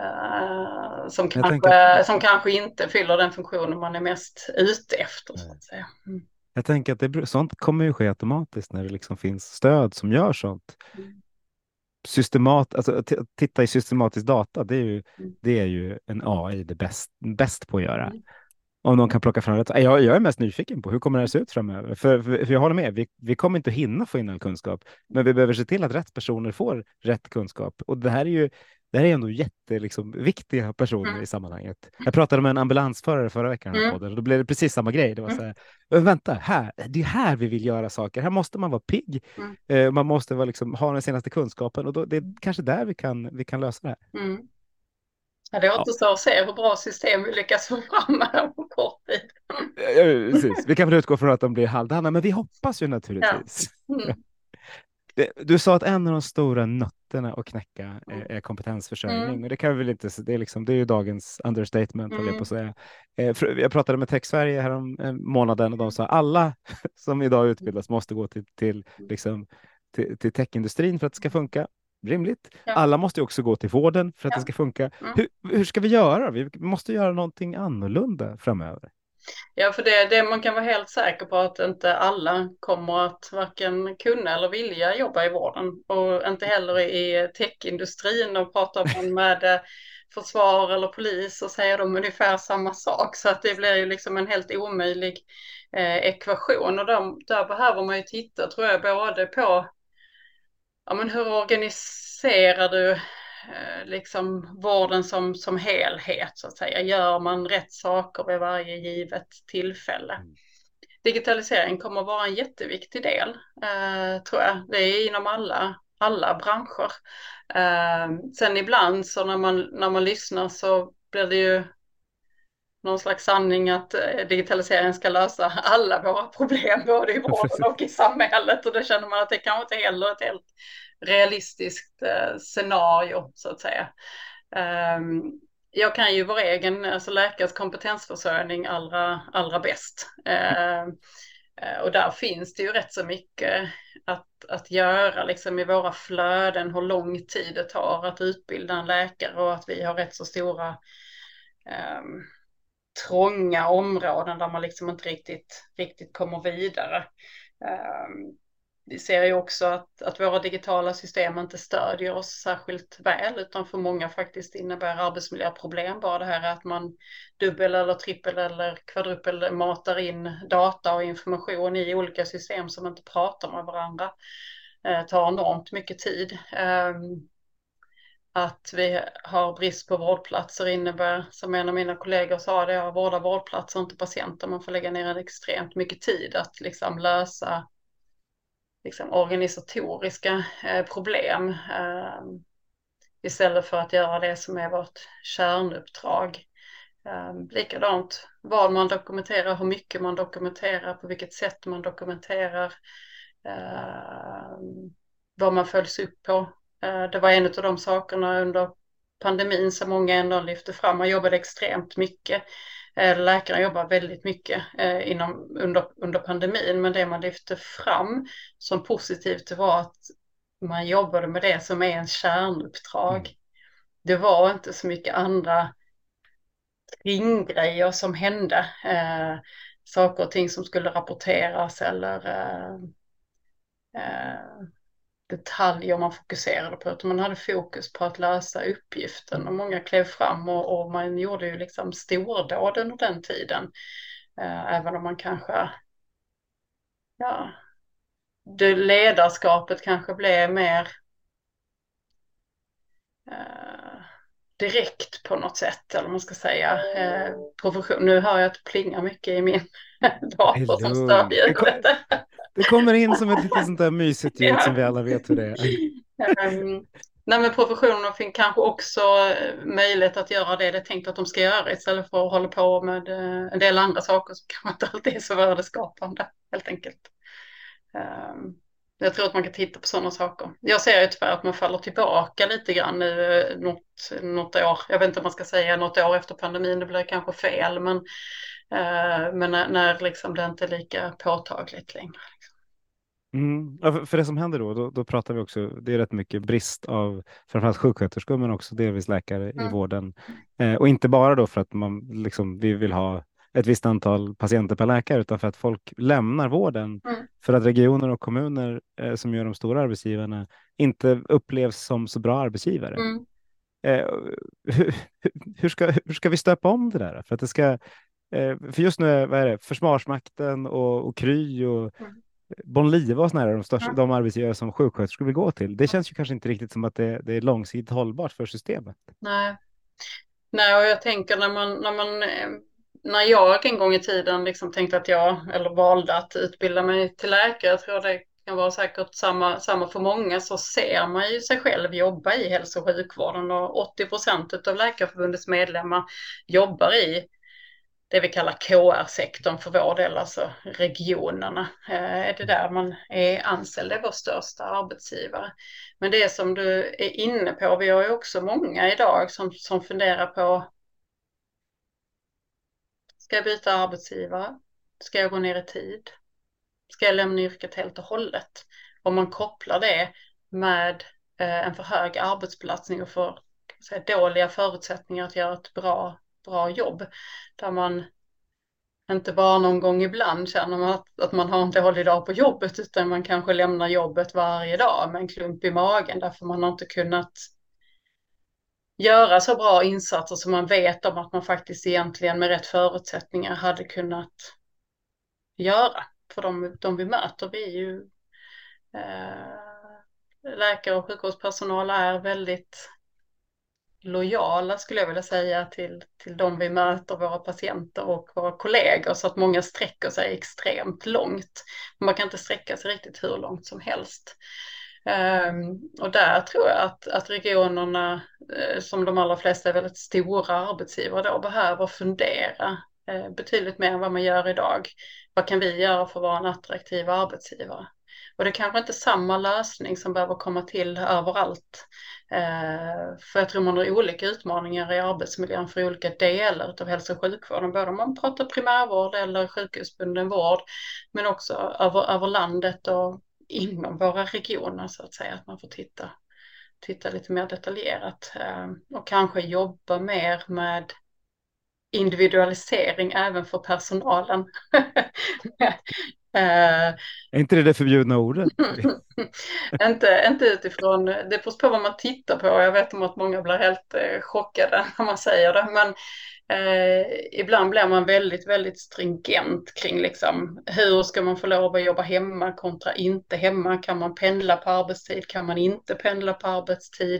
Som kanske inte fyller den funktionen man är mest ute efter. Så att säga. Jag tänker att sånt kommer ju ske automatiskt när det liksom finns stöd som gör sånt. Alltså, titta i systematisk data, det är ju en AI bäst på att göra. Om de kan plocka fram rätt. Jag är mest nyfiken på hur kommer det här se ut framöver. För jag håller med, vi kommer inte att hinna få in all kunskap. Men vi behöver se till att rätt personer får rätt kunskap. Och det här är ändå viktiga personer i sammanhanget. Jag pratade med en ambulansförare förra veckan och då blev det precis samma grej. Det var så här, vänta, det är här vi vill göra saker. Här måste man vara pigg. Man måste ha den senaste kunskapen och det är kanske där vi kan lösa det här. Ja, det återstår att se hur bra system vi lyckas få fram här på kort tid. Precis. Vi kan väl utgå från att de blir halvdana, men vi hoppas ju naturligtvis. Ja. Du sa att en av de stora nötterna att knäcka är kompetensförsörjning. Och det kan vi väl inte, det är ju dagens understatement, håller jag på att säga. Jag pratade med Tech Sverige här om månaden och de sa alla som idag utbildas måste gå till techindustrin för att det ska funka. Rimligt. Ja. Alla måste ju också gå till vården för att det ska funka. Hur ska vi göra? Vi måste göra någonting annorlunda framöver. Ja, för det man kan vara helt säker på att inte alla kommer att varken kunna eller vilja jobba i vården. Och inte heller i techindustrin, och pratar man med försvar eller polis och säger de ungefär samma sak. Så att det blir ju liksom en helt omöjlig ekvation. Och där behöver man ju titta, tror jag, både på hur organiserar du vården som helhet, så att säga. Gör man rätt saker vid varje givet tillfälle? Digitalisering kommer att vara en jätteviktig del, tror jag. Det är inom alla branscher. Sen ibland så när man lyssnar så blir det ju någon slags sanning att digitalisering ska lösa alla våra problem, både i vården och i samhället. Och det känner man att det kanske inte heller är ett helt realistiskt scenario, så att säga. Jag kan ju vår egen läkares kompetensförsörjning allra bäst. Och där finns det ju rätt så mycket att göra i våra flöden, hur lång tid det tar att utbilda en läkare, och att vi har rätt så stora trånga områden där man inte riktigt kommer vidare. Vi ser ju också att våra digitala system inte stödjer oss särskilt väl, utan för många faktiskt innebär arbetsmiljöproblem. Bara det här att man dubbel eller trippel eller kvadrupel matar in data och information i olika system som inte pratar med varandra. Tar enormt mycket tid. Att vi har brist på vårdplatser innebär, som en av mina kollegor sa, det är att vårda vårdplatser, inte patienter. Man får lägga ner extremt mycket tid att lösa organisatoriska problem istället för att göra det som är vårt kärnuppdrag. Likadant vad man dokumenterar, hur mycket man dokumenterar, på vilket sätt man dokumenterar, vad man följs upp på. Det var en av de sakerna under pandemin som många ändå lyfte fram. Man jobbade extremt mycket. Läkare jobbar väldigt mycket under pandemin, men det man lyfte fram som positivt var att man jobbade med det som är en kärnuppdrag. Det var inte så mycket andra kringgrejer som hände. Saker och ting som skulle rapporteras eller detaljer man fokuserade på, utan man hade fokus på att lösa uppgiften, och många klev fram och man gjorde ju stordåd under den tiden, även om man kanske det ledarskapet kanske blev mer direkt på något sätt, eller man ska säga profession. Nu hör jag att det plingar mycket i min dator som stör ljudet. Det kommer in som ett lite sånt där mysigt ljud som vi alla vet hur det är. Nej, men professionen finns kanske också möjlighet att göra det tänkt att de ska göra, istället för att hålla på med en del andra saker som kanske inte alltid är så värdeskapande, helt enkelt. Jag tror att man kan titta på sådana saker. Jag ser ju tyvärr att man faller tillbaka lite grann nu något år. Jag vet inte om man ska säga något år efter pandemin, det blir kanske fel. Men när liksom det inte är lika påtagligt längre. Ja, för det som händer då pratar vi också, det är rätt mycket brist av framförallt sjuksköterskor men också delvis läkare i vården. Och inte bara då för att vi vill ha ett visst antal patienter per läkare utan för att folk lämnar vården för att regioner och kommuner som gör de stora arbetsgivarna inte upplevs som så bra arbetsgivare. Eh, hur ska vi stöpa om det där? För att det ska, för just nu vad är det, Försvarsmakten och Kry och Bonliva och sådana här, de arbetsgivare som sjuksköterskor vill gå till. Det känns ju kanske inte riktigt som att det är långsiktigt hållbart för systemet. Nej, och jag tänker när jag en gång i tiden liksom tänkte att eller valde att utbilda mig till läkare, jag tror det kan vara säkert samma för många, så ser man ju sig själv jobba i hälso- och sjukvården, och 80% av Läkarförbundets medlemmar jobbar i det vi kallar KR-sektorn för vår del, alltså regionerna. Är det där man är anställd, det är vår största arbetsgivare. Men det som du är inne på, vi har ju också många idag som funderar på: ska jag byta arbetsgivare? Ska jag gå ner i tid? Ska jag lämna yrket helt och hållet? Om man kopplar det med en för hög arbetsbelastning och för dåliga förutsättningar att göra ett bra jobb, där man inte bara någon gång ibland känner man att man har en dålig dag på jobbet, utan man kanske lämnar jobbet varje dag med en klump i magen därför man har inte kunnat göra så bra insatser som man vet om att man faktiskt egentligen med rätt förutsättningar hade kunnat göra. För de vi möter, vi är ju läkare och sjukvårdspersonal är väldigt lojala, skulle jag vilja säga, till de vi möter, våra patienter och våra kollegor, så att många sträcker sig extremt långt. Men man kan inte sträcka sig riktigt hur långt som helst. Och där tror jag att regionerna, som de allra flesta är väldigt stora arbetsgivare, då behöver fundera betydligt mer än vad man gör idag. Vad kan vi göra för att vara en attraktiv arbetsgivare? Och det är kanske inte samma lösning som behöver komma till överallt. För jag tror man har olika utmaningar i arbetsmiljön för olika delar av hälso- och sjukvården. Både om man pratar primärvård eller sjukhusbunden vård, men också över landet och inom våra regioner, så att säga. Att man får titta lite mer detaljerat och kanske jobba mer med individualisering även för personalen. Är inte det förbjudna ordet? inte utifrån, det beror på vad man tittar på. Jag vet om att många blir helt chockade när man säger det, men ibland blir man väldigt, väldigt stringent kring liksom, hur ska man få lov att jobba hemma kontra inte hemma? Kan man pendla på arbetstid? Kan man inte pendla på arbetstid?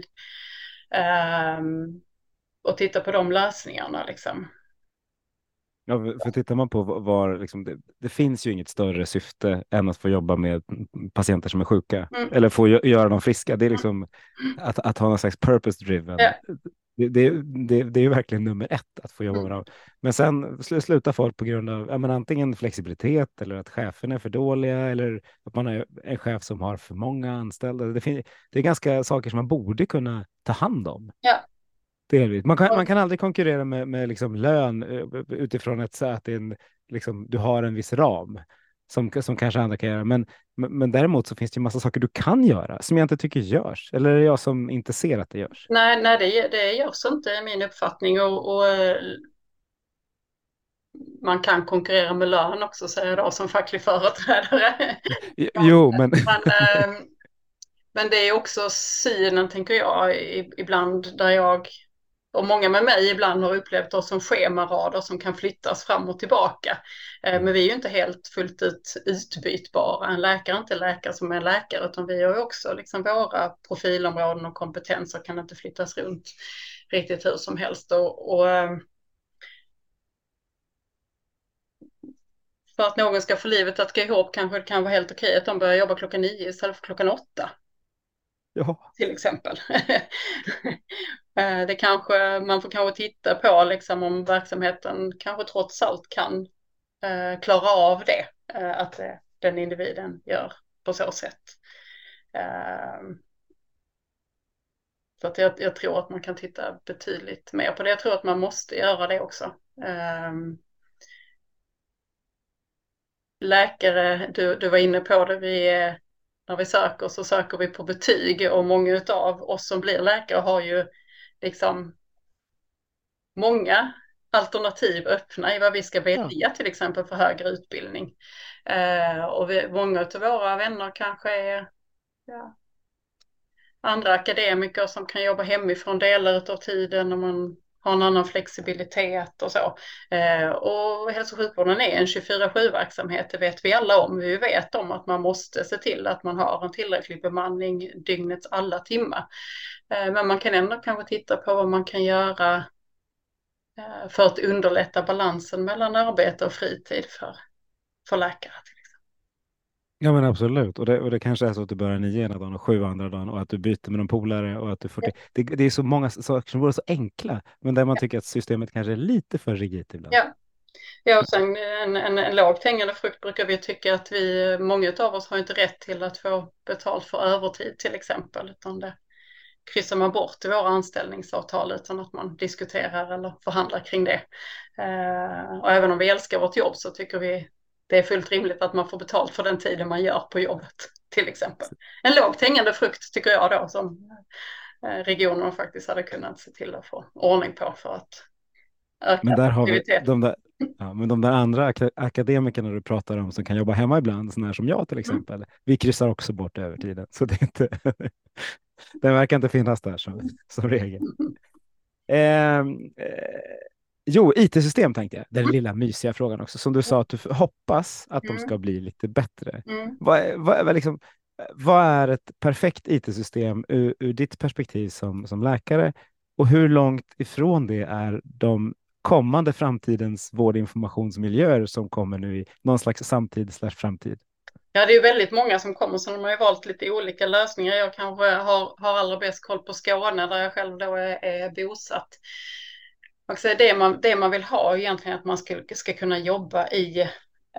Och titta på de lösningarna liksom. Ja, för tittar man på var liksom, det finns ju inget större syfte än att få jobba med patienter som är sjuka eller få göra dem friska. Det är liksom att ha någon slags purpose driven. Ja. Det är ju verkligen nummer ett att få jobba med dem. Men sen slutar folk på grund av antingen flexibilitet eller att cheferna är för dåliga eller att man är en chef som har för många anställda. Det är ganska saker som man borde kunna ta hand om. Ja. Man kan aldrig konkurrera med liksom lön utifrån att det är du har en viss ram som kanske andra kan göra. Men däremot så finns det ju massa saker du kan göra som jag inte tycker görs. Eller är det jag som inte ser att det görs? Nej, det görs inte i min uppfattning. Och man kan konkurrera med lön också, säger jag då som facklig företrädare. Jo, men... Men det är också synen, tänker jag, ibland där jag och många med mig ibland har upplevt oss som schemarader som kan flyttas fram och tillbaka. Men vi är ju inte helt fullt ut utbytbara. En läkare är inte läkare som är läkare, utan vi har ju också liksom våra profilområden och kompetenser kan inte flyttas runt riktigt hur som helst. Och för att någon ska få livet att gå ihop kanske det kan vara helt okej att de börjar jobba 9 istället för 8. Ja. Till exempel. Det kanske, man får kanske titta på liksom, om verksamheten kanske trots allt kan klara av det. Att den individen gör på så sätt. Så att jag tror att man kan titta betydligt mer på det. Jag tror att man måste göra det också. Läkare, du var inne på det, när vi söker så söker vi på betyg, och många av oss som blir läkare har ju liksom många alternativ öppna i vad vi ska välja, till exempel för högre utbildning. Och många av våra vänner kanske är andra akademiker som kan jobba hemifrån delar av tiden, och man har en annan flexibilitet och så. Och hälso- och sjukvården är en 24/7-verksamhet, det vet vi alla om. Vi vet om att man måste se till att man har en tillräcklig bemanning dygnets alla timmar. Men man kan ändå kanske titta på vad man kan göra för att underlätta balansen mellan arbete och fritid för läkare. Ja, men absolut. Och det kanske är så att du börjar 9 ena dagen och 7 andra dagen, och att du byter med någon polare, och att du får det är så många saker som vore så enkla, men där man tycker att systemet kanske är lite för rigidt ibland. Ja, och sen en lågt hängande frukt brukar vi tycka att många av oss har inte rätt till att få betalt för övertid till exempel, utan det kryssar man bort i våra anställningsavtal utan att man diskuterar eller förhandlar kring det. Och även om vi älskar vårt jobb så tycker vi det är fullt rimligt att man får betalt för den tiden man gör på jobbet, till exempel. En lågt hängande frukt tycker jag då, som regionen faktiskt hade kunnat se till att få ordning på för att öka. Men där har vi de där andra akademikerna du pratar om som kan jobba hemma ibland, sådana här som jag till exempel. Vi kryssar också bort övertiden, så det är inte den verkar inte finnas där som regel. Jo, IT-system tänkte jag. Den lilla mysiga frågan också. Som du sa, att du hoppas att de ska bli lite bättre. Vad är ett perfekt IT-system ur ditt perspektiv som läkare? Och hur långt ifrån det är de kommande framtidens vårdinformationsmiljöer som kommer nu i någon slags samtid/framtid? Ja, det är ju väldigt många som kommer, så de har ju valt lite olika lösningar. Jag kanske har allra bäst koll på Skåne, där jag själv då är bosatt. Också det man vill ha är egentligen att man ska kunna jobba i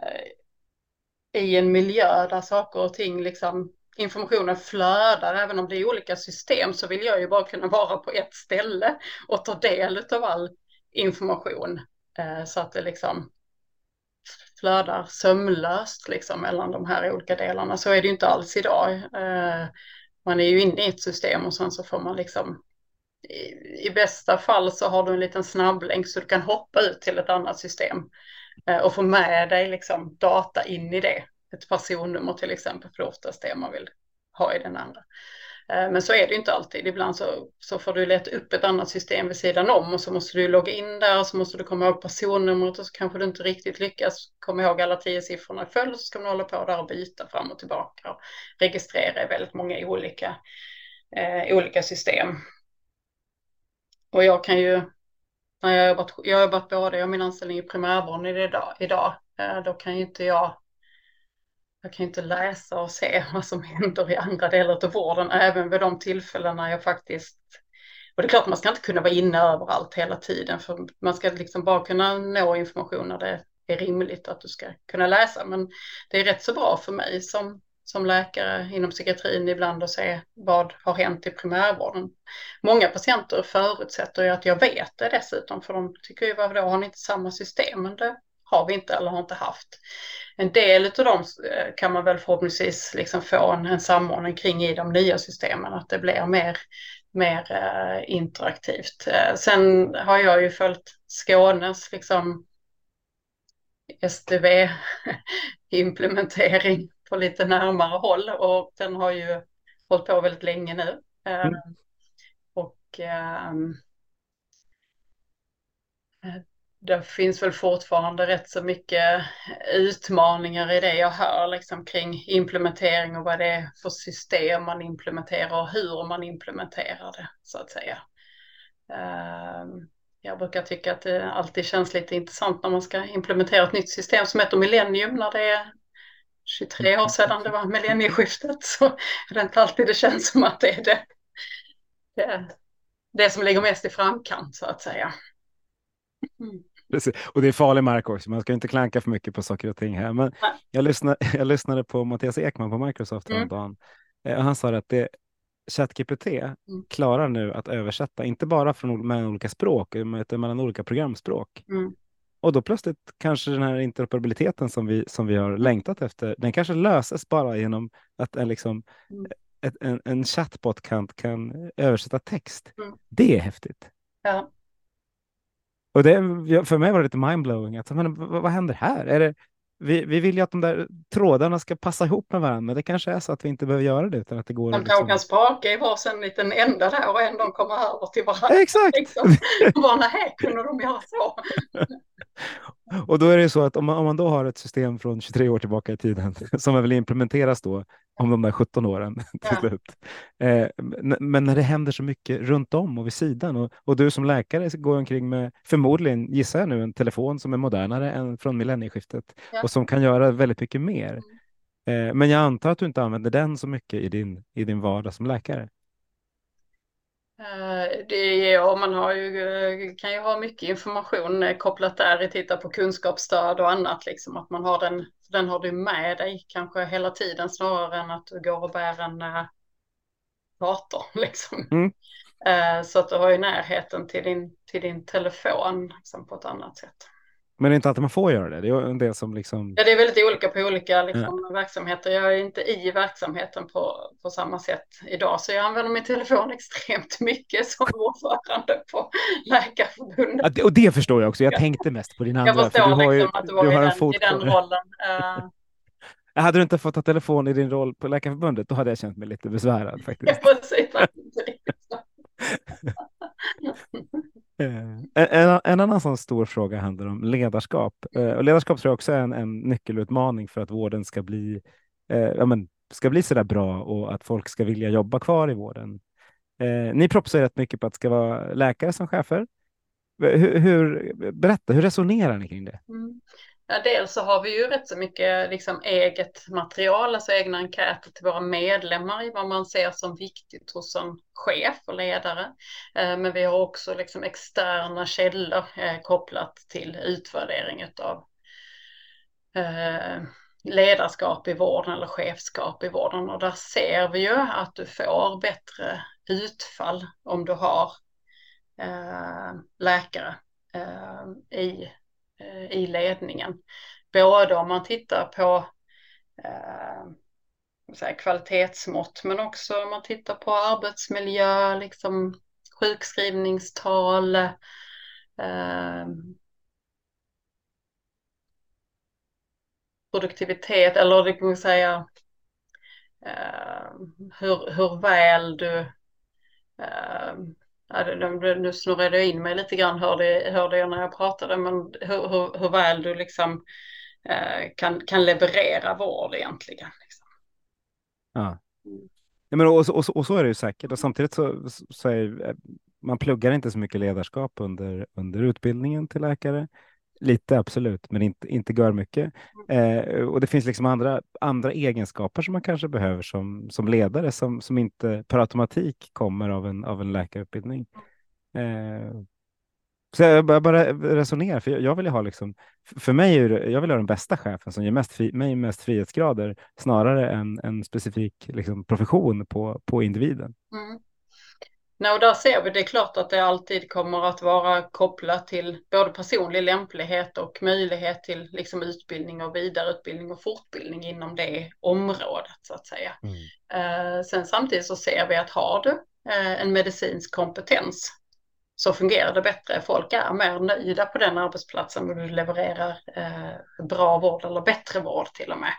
en miljö där saker och ting, liksom, informationen flödar. Även om det är olika system så vill jag ju bara kunna vara på ett ställe och ta del av all information, så att det liksom flödar sömlöst liksom mellan de här olika delarna. Så är det ju inte alls idag. Man är ju inne i ett system och sen så får man liksom i bästa fall så har du en liten snabblänk så du kan hoppa ut till ett annat system och få med dig liksom data in i det. Ett personnummer till exempel, för oftast det man vill ha i den andra. Men så är det ju inte alltid. Ibland så får du leta upp ett annat system vid sidan om, och så måste du logga in där, och så måste du komma ihåg personnumret, och så kanske du inte riktigt lyckas komma ihåg alla 10 siffrorna i följd, så ska man hålla på där och byta fram och tillbaka och registrera i väldigt många olika system. Och jag kan ju, när jag har jobbat både i min anställning i primärvården idag, då kan ju inte jag kan inte läsa och se vad som händer i andra delar av vården, även vid de tillfällena jag faktiskt... Och det är klart, man ska inte kunna vara inne överallt hela tiden, för man ska liksom bara kunna nå information när det är rimligt att du ska kunna läsa. Men det är rätt så bra för mig som läkare inom psykiatrin ibland att se vad har hänt i primärvården. Många patienter förutsätter ju att jag vet det dessutom, för de tycker ju, varför då har ni inte samma system? Men det har vi inte eller har inte haft. En del av dem kan man väl förhoppningsvis liksom få en samordning kring i de nya systemen, att det blir mer interaktivt. Sen har jag ju följt Skånes liksom SDV-implementering på lite närmare håll, och den har ju hållit på väldigt länge nu. Det finns väl fortfarande rätt så mycket utmaningar i det jag hör liksom kring implementering, och vad det är för system man implementerar och hur man implementerar det, så att säga. Jag brukar tycka att det alltid känns lite intressant när man ska implementera ett nytt system som heter Millennium, när det är 23 år sedan det var millennieskiftet, så är det inte alltid det känns som att det är det som ligger mest i framkant, så att säga. Precis. Och det är farlig mark också. Man ska inte klanka för mycket på saker och ting här. Men Nej. jag lyssnade på Mattias Ekman på Microsoft häromdagen. Och han sa att ChatGPT klarar nu att översätta, inte bara mellan olika språk, utan mellan olika programspråk. Och då plötsligt kanske den här interoperabiliteten som vi har längtat efter, den kanske löses bara genom att en chatbot kan översätta text. Det är häftigt. Ja. Och för mig var det lite mindblowing. Att, vad händer här? Vi vill ju att de där trådarna ska passa ihop med varandra, men det kanske är så att vi inte behöver göra det, utan att det går De kanske kan spaka i varsin liten ända där och ändå kommer över till varandra. Exakt! Liksom. Nej, kunde de göra så? Och då är det så att om man då har ett system från 23 år tillbaka i tiden som väl implementeras då om de där 17 åren till slut. Men när det händer så mycket runt om och vid sidan och du som läkare går omkring med, förmodligen gissar jag nu, en telefon som är modernare än från millennieskiftet och som kan göra väldigt mycket mer. Men jag antar att du inte använder den så mycket i din vardag som läkare. Man kan ju ha mycket information kopplat där, titta på kunskapsstöd och annat, liksom, att man har den har du med dig kanske hela tiden snarare än att du går och bär en dator liksom. Så att du har ju närheten till din telefon liksom, på ett annat sätt. Men det är inte alltid man får göra det. Det är en del som liksom... Ja, det är väldigt olika på olika verksamheter. Jag är inte i verksamheten på samma sätt idag. Så jag använder min telefon extremt mycket som ordförande på Läkarförbundet. Och det förstår jag också. Jag tänkte mest på din andra. Jag förstår att du var i den rollen. Hade du inte fått ta telefon i din roll på Läkarförbundet, då hade jag känt mig lite besvärad faktiskt. Ja, precis. En annan sån stor fråga handlar om ledarskap. Och ledarskap tror jag också är en nyckelutmaning för att vården ska bli så där bra och att folk ska vilja jobba kvar i vården. Ni propsar rätt mycket på att det ska vara läkare som chefer. Berätta, hur resonerar ni kring det? Ja, dels så har vi ju rätt så mycket liksom eget material, alltså egna enkäter till våra medlemmar i vad man ser som viktigt hos en chef och ledare. Men vi har också liksom externa källor kopplat till utvärdering av ledarskap i vården eller chefskap i vården. Och där ser vi ju att du får bättre utfall om du har läkare i ledningen. Både om man tittar på kvalitetsmått, men också om man tittar på arbetsmiljö, liksom sjukskrivningstal, produktivitet, eller det kan man säga hur väl du nu snurrade jag in mig lite grann, hörde jag när jag pratade, men hur väl du liksom kan leverera vård egentligen. Liksom. Ja. Ja, men och så är det ju säkert. Och samtidigt så är man pluggar inte så mycket ledarskap under utbildningen till läkare. Lite absolut, men inte gör mycket. Och det finns liksom andra egenskaper som man kanske behöver som ledare som inte per automatik kommer av en läkarutbildning. Så jag bara resonera, för jag vill ha liksom, för mig jag vill ha den bästa chefen som ger mig mest frihetsgrader snarare än en specifik liksom, profession på individen. Och där ser vi, det är klart att det alltid kommer att vara kopplat till både personlig lämplighet och möjlighet till liksom utbildning och vidareutbildning och fortbildning inom det området så att säga. Sen samtidigt så ser vi att har du en medicinsk kompetens så fungerar det bättre. Folk är mer nöjda på den arbetsplatsen och du levererar bra vård eller bättre vård till och med.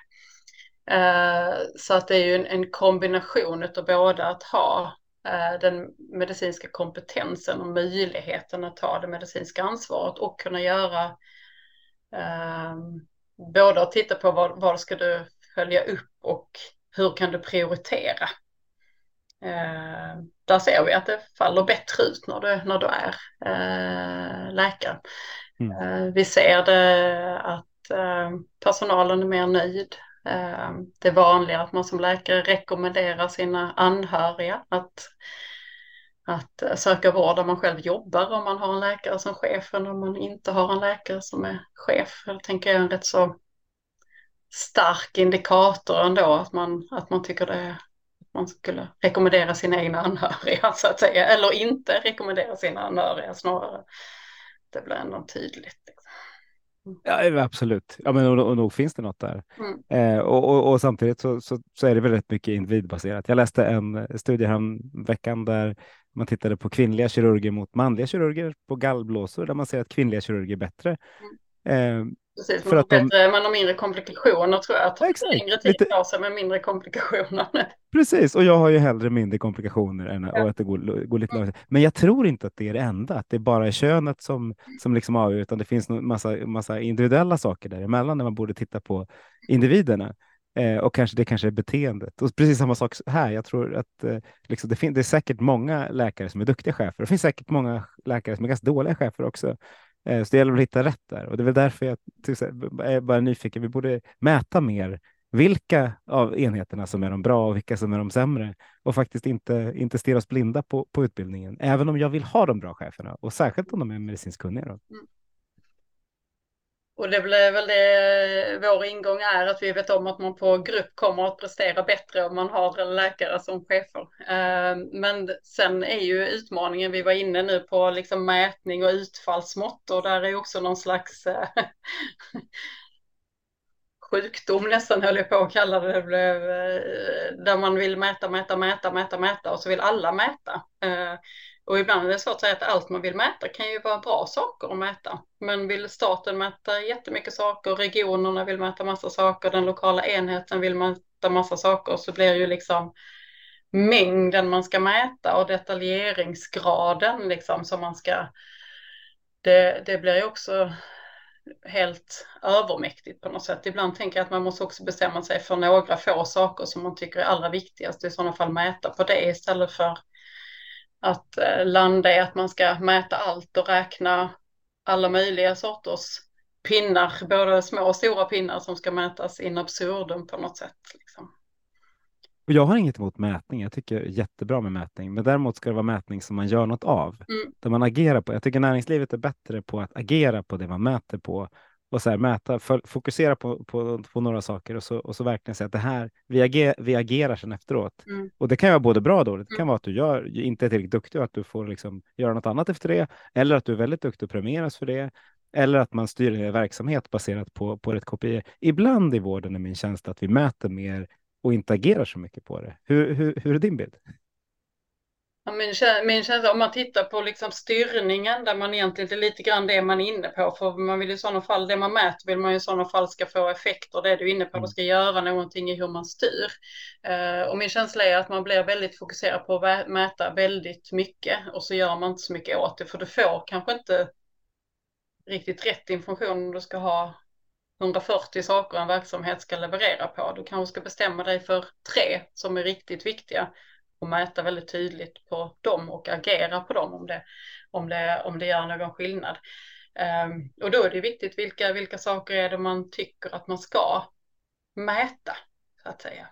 Så att det är ju en kombination av både att ha den medicinska kompetensen och möjligheten att ta det medicinska ansvaret och kunna göra både att titta på vad ska du följa upp och hur kan du prioritera. Där ser vi att det faller bättre ut när du är läkare. Vi ser det att personalen är mer nöjd. Det är vanligare att man som läkare rekommenderar sina anhöriga att söka vård där man själv jobbar om man har en läkare som chef än om man inte har en läkare som är chef. Jag tänker en rätt så stark indikator ändå att man tycker att man skulle rekommendera sina egna anhöriga så att säga, eller inte rekommendera sina anhöriga snarare. Det blir ändå tydligt. Liksom. Ja, absolut. Ja, men och nog finns det något där. Mm. Och samtidigt så är det väl rätt mycket individbaserat. Jag läste en studie här veckan där man tittade på kvinnliga kirurger mot manliga kirurger på gallblåsor, där man ser att kvinnliga kirurger är bättre. Precis, för att man har mindre komplikationer tror jag. Det tar längre tid på sig med mindre komplikationer. Precis, och jag har ju hellre mindre komplikationer än att det går lite långsamt. Men jag tror inte att det är det enda, att det bara är könet som liksom avgör, utan det finns en massa individuella saker däremellan när man borde titta på individerna. Och det kanske är beteendet. Och precis samma sak här. Jag tror att liksom det är säkert många läkare som är duktiga chefer. Det finns säkert många läkare som är ganska dåliga chefer också. Så det gäller att hitta rätt där. Och det är väl därför jag är bara nyfiken. Vi borde mäta mer vilka av enheterna som är de bra och vilka som är de sämre. Och faktiskt inte stirra oss blinda på utbildningen. Även om jag vill ha de bra cheferna. Och särskilt om de är medicinskt kunniga. Då. Mm. Och det blir väl det vår ingång är, att vi vet om att man på grupp kommer att prestera bättre om man har läkare som chefer. Men sen är ju utmaningen, vi var inne nu på liksom mätning och utfallsmått, och där är också någon slags sjukdom nästan, höll jag på att kalla det, där man vill mäta och så vill alla mäta. Och ibland är det så att säga att allt man vill mäta kan ju vara bra saker att mäta. Men vill staten mäta jättemycket saker, regionerna vill mäta massa saker, den lokala enheten vill mäta massa saker, så blir ju liksom mängden man ska mäta och detaljeringsgraden liksom som man ska, det blir ju också helt övermäktigt på något sätt. Ibland tänker jag att man måste också bestämma sig för några få saker som man tycker är allra viktigast, i sådana fall mäta på det istället för att landa i att man ska mäta allt och räkna alla möjliga sorters pinnar, både små och stora pinnar som ska mätas in absurdum på något sätt. Liksom. Och jag har inget emot mätning. Jag tycker jättebra med mätning. Men däremot ska det vara mätning som man gör något av. Där man agerar på. Jag tycker näringslivet är bättre på att agera på det man mäter på. Och så här, fokusera på några saker. Och så verkligen säga att det här, vi agerar sedan efteråt. Och det kan vara både bra och dåligt. Det kan vara att du inte är tillräckligt duktig och att du får liksom göra något annat efter det. Eller att du är väldigt duktig och premieras för det. Eller att man styr en verksamhet baserat på rätt kopior. Ibland i vården är min känsla att vi mäter mer och inte agerar så mycket på det. Hur är din bild? Ja, min känsla, om man tittar på liksom styrningen, där man egentligen är lite grann det man är inne på, för man vill i sådana fall, det man mäter vill man i sådana fall ska få effekter, det du är inne på, ska göra någonting i hur man styr. Och min känsla är att man blir väldigt fokuserad på att mäta väldigt mycket och så gör man inte så mycket åt det, för du får kanske inte riktigt rätt information om du ska ha 140 saker en verksamhet ska leverera på. Du kanske ska bestämma dig för 3 som är riktigt viktiga och mäta väldigt tydligt på dem och agera på dem om det gör någon skillnad. Och då är det viktigt vilka saker är det man tycker att man ska mäta, så att säga.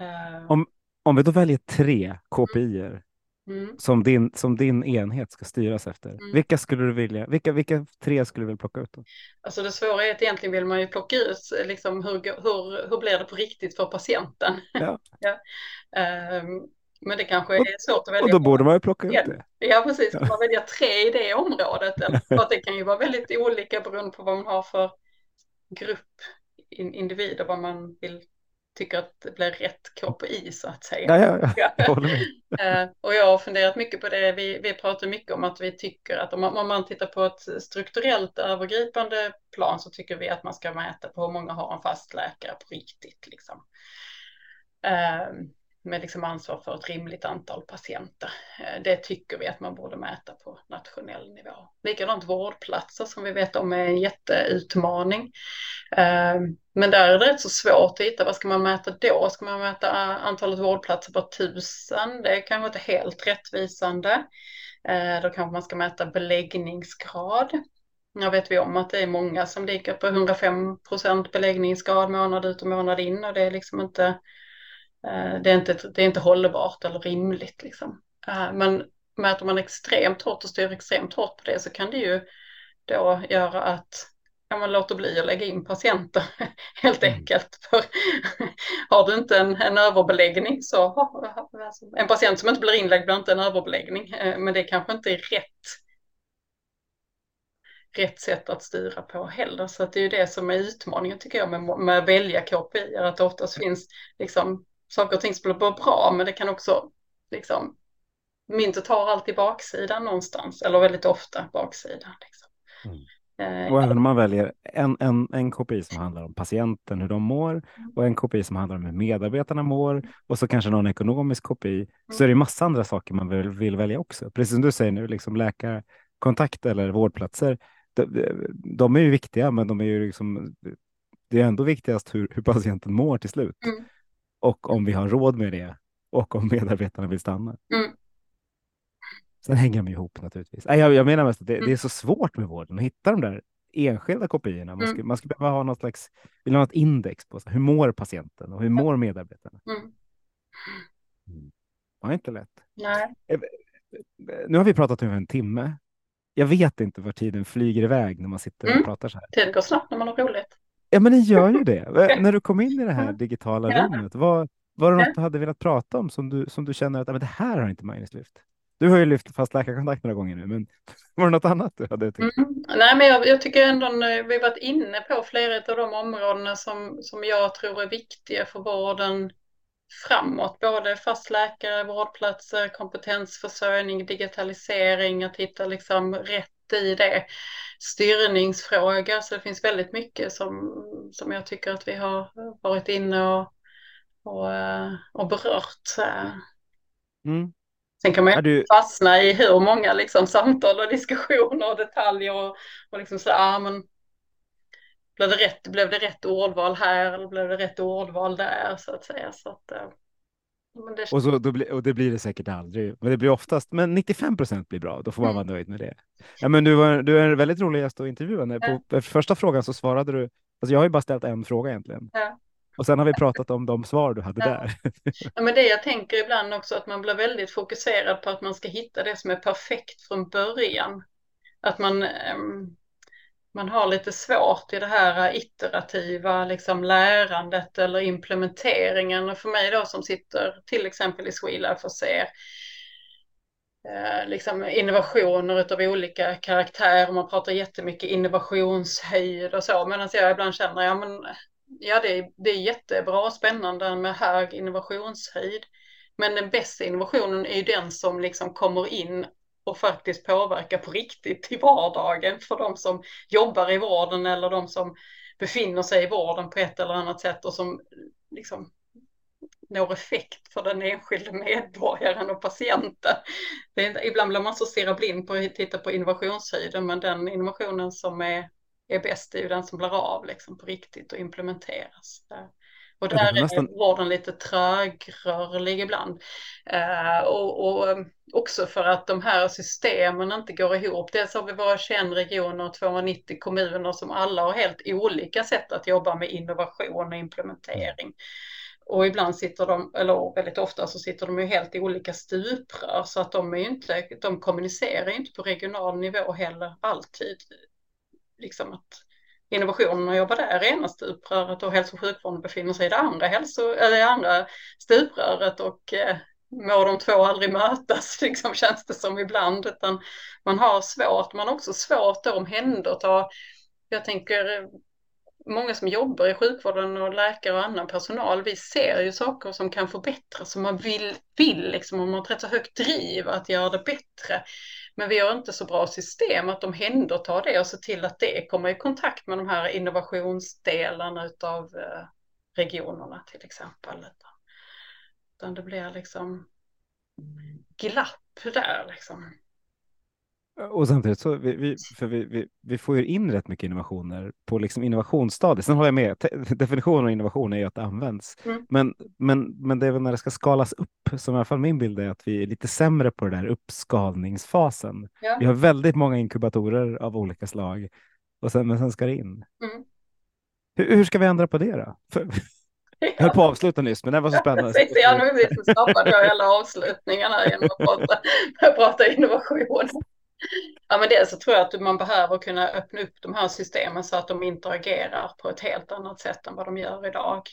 Om vi då väljer 3 KPI:er som din enhet ska styras efter. Vilka skulle du vilja? Vilka 3 skulle du vilja plocka ut då? Alltså det svåra är att egentligen vill man ju plocka ut liksom, hur blir det på riktigt för patienten? Ja. Ja. Men det kanske är svårt att välja. Och då borde man ju plocka ut det. Ja, precis. Man väljer 3 i det området. Eller, det kan ju vara väldigt olika beroende på vad man har för grupp individer, vad man tycker att det blir rätt KPI, så att säga. Ja. Jag håller med. Och jag har funderat mycket på det. Vi pratar mycket om att vi tycker att om man tittar på ett strukturellt övergripande plan, så tycker vi att man ska mäta på hur många har en fast läkare på riktigt. Liksom. Med liksom ansvar för ett rimligt antal patienter. Det tycker vi att man borde mäta på nationell nivå. Likadant vårdplatser, som vi vet om är en jätteutmaning. Men där är det rätt så svårt att hitta. Vad ska man mäta då? Ska man mäta antalet vårdplatser på 1000? Det kan vara inte helt rättvisande. Då kanske man ska mäta beläggningsgrad. Jag vet vi om att det är många som ligger på 105% beläggningsgrad månad ut och månad in, och det är liksom inte det är inte hållbart eller rimligt liksom. Men mäter man extremt hårt och styr extremt hårt på det, så kan det ju då göra att man låter bli att lägga in patienter helt enkelt. För har du inte en överbeläggning så alltså, en patient som inte blir inlagd blir inte en överbeläggning, men det kanske inte är rätt sätt att styra på heller. Så att det är ju det som är utmaningen, tycker jag, med att välja KPI, att det oftast finns liksom saker och ting som blir bra, men det kan också liksom, myntet har alltid baksidan någonstans, eller väldigt ofta baksidan. Liksom. Och även om man väljer en KPI som handlar om patienten, hur de mår, och en KPI som handlar om hur medarbetarna mår, och så kanske någon ekonomisk KPI, så är det massa andra saker man vill välja också. Precis som du säger nu, liksom läkarkontakt eller vårdplatser, de är ju viktiga, men de är ju liksom, det är ändå viktigast hur patienten mår till slut. Och om vi har råd med det, och om medarbetarna vill stanna. Sen hänger de ihop naturligtvis. Jag menar mest att det är så svårt med vården att hitta de där enskilda kopiorna. Man ska behöva ha något slags, vill ha något index på hur mår patienten och hur mår medarbetarna. Det är inte lätt. Nej. Nu har vi pratat över en timme. Jag vet inte var tiden flyger iväg när man sitter och pratar så här. Tiden går snabbt när man har roligt. Ja, men det gör ju det. När du kom in i det här digitala rummet, var det något du hade velat prata om som du känner att men det här har inte Magnus lyft? Du har ju lyft fast läkarkontakt några gånger nu, men var det något annat du hade tyckt? Nej, men jag tycker ändå vi varit inne på flera av de områdena som jag tror är viktiga för vården framåt. Både fast läkare, vårdplatser, kompetensförsörjning, digitalisering, att hitta liksom rätt i det. Styrningsfrågor, så det finns väldigt mycket som jag tycker att vi har varit inne och berört. Sen kan man ju fastna i hur många liksom samtal och diskussioner och detaljer och liksom så, men blev det rätt ordval här eller blev det rätt ordval där, så att säga. Så att, men det... Och det blir det säkert aldrig, men det blir oftast, men 95% blir bra, då får man vara nöjd med det. Ja, men du är en väldigt rolig gäst att intervjua. På första frågan så svarade du, alltså jag har ju bara ställt en fråga egentligen. Och sen har vi pratat om de svar du hade där. Ja, men det jag tänker ibland också, att man blir väldigt fokuserad på att man ska hitta det som är perfekt från början. Att man har lite svårt i det här iterativa liksom lärandet eller implementeringen. Och för mig då som sitter till exempel i SweLife och ser liksom innovationer av olika karaktär. Man pratar jättemycket innovationshöjd och så. Medan jag ibland känner, det är jättebra och spännande med hög innovationshöjd. Men den bästa innovationen är ju den som liksom kommer in och faktiskt påverkar på riktigt i vardagen för de som jobbar i vården eller de som befinner sig i vården på ett eller annat sätt och som liksom når effekt för den enskilde medborgaren och patienten. Ibland blir man så stirra blind på att titta på innovationshöjden, men den innovationen som är bäst är ju den som blir av liksom på riktigt och implementeras. Och där är vården lite trögrörlig ibland. Och också för att de här systemen inte går ihop. Dels har vi våra 21 regioner och 290 kommuner som alla har helt olika sätt att jobba med innovation och implementering. Och ibland sitter de, eller väldigt ofta så sitter de ju helt i olika stuprör, så att de kommunicerar ju inte på regional nivå heller alltid. Liksom att innovationerna jobbar där i ena stupröret och hälso- och sjukvården befinner sig i det andra stupröret, och må de två aldrig mötas, liksom, känns det som ibland, utan man har också svårt att omhänderta. Jag tänker många som jobbar i sjukvården och läkare och annan personal, vi ser ju saker som kan förbättras, som man vill liksom, om man har ett rätt så högt driv att göra det bättre. Men vi har inte så bra system att omhänderta det och se till att det kommer i kontakt med de här innovationsdelarna av regionerna till exempel. Utan det blir liksom glapp där liksom. Och samtidigt så vi får ju in rätt mycket innovationer på liksom innovationsstadiet. Sen håller jag med, definitionen av innovation är ju att det används. Men det är väl när det ska skalas upp, som i alla fall min bild är att vi är lite sämre på det där uppskalningsfasen. Ja. Vi har väldigt många inkubatorer av olika slag, men sen ska det in. Hur ska vi ändra på det då? Jag höll på att avsluta nyss, men det var så spännande. Precis, nu stoppade jag alla avslutningarna genom att prata innovation. Ja, men dels så tror jag att man behöver kunna öppna upp de här systemen så att de interagerar på ett helt annat sätt än vad de gör idag.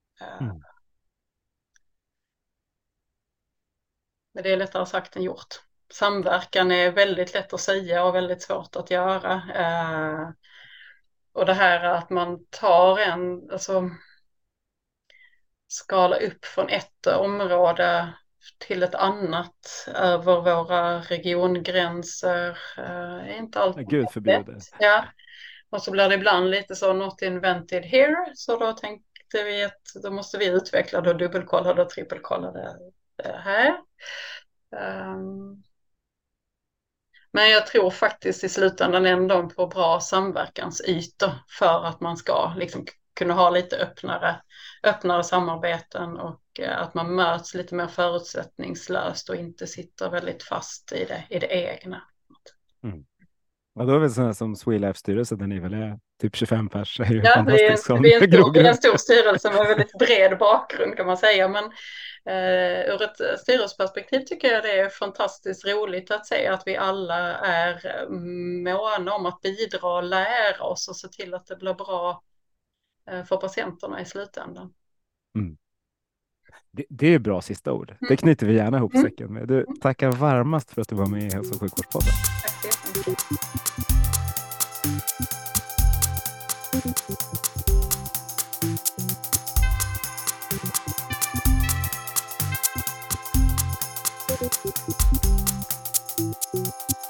Men det är lättare sagt än gjort. Samverkan är väldigt lätt att säga och väldigt svårt att göra. Och det här att man tar skala upp från ett område till ett annat över våra regiongränser är inte alltid Gud förbjude. Ja. Och så blir det ibland lite så not invented here, så då tänkte vi att då måste vi utveckla det och dubbelkolla det och trippelkolla det här. Men jag tror faktiskt i slutändan ändå på bra samverkansytor för att man ska liksom kunna ha lite öppnare samarbeten och att man möts lite mer förutsättningslöst och inte sitter väldigt fast i det egna. Ja, då är det sådana som Swellife-styrelsen där ni väl är typ 25 pers. Det är ju det är en stor styrelse med väldigt bred bakgrund kan man säga, men ur ett styrelseperspektiv tycker jag det är fantastiskt roligt att se att vi alla är måna om att bidra och lära oss och se till att det blir bra för patienterna i slutändan. Det är bra sista ord. Det knyter vi gärna ihop säcken med. Du, tackar varmast för att du var med i Hälso- och sjukvårdspodden. Tack så jättemycket. Thank you.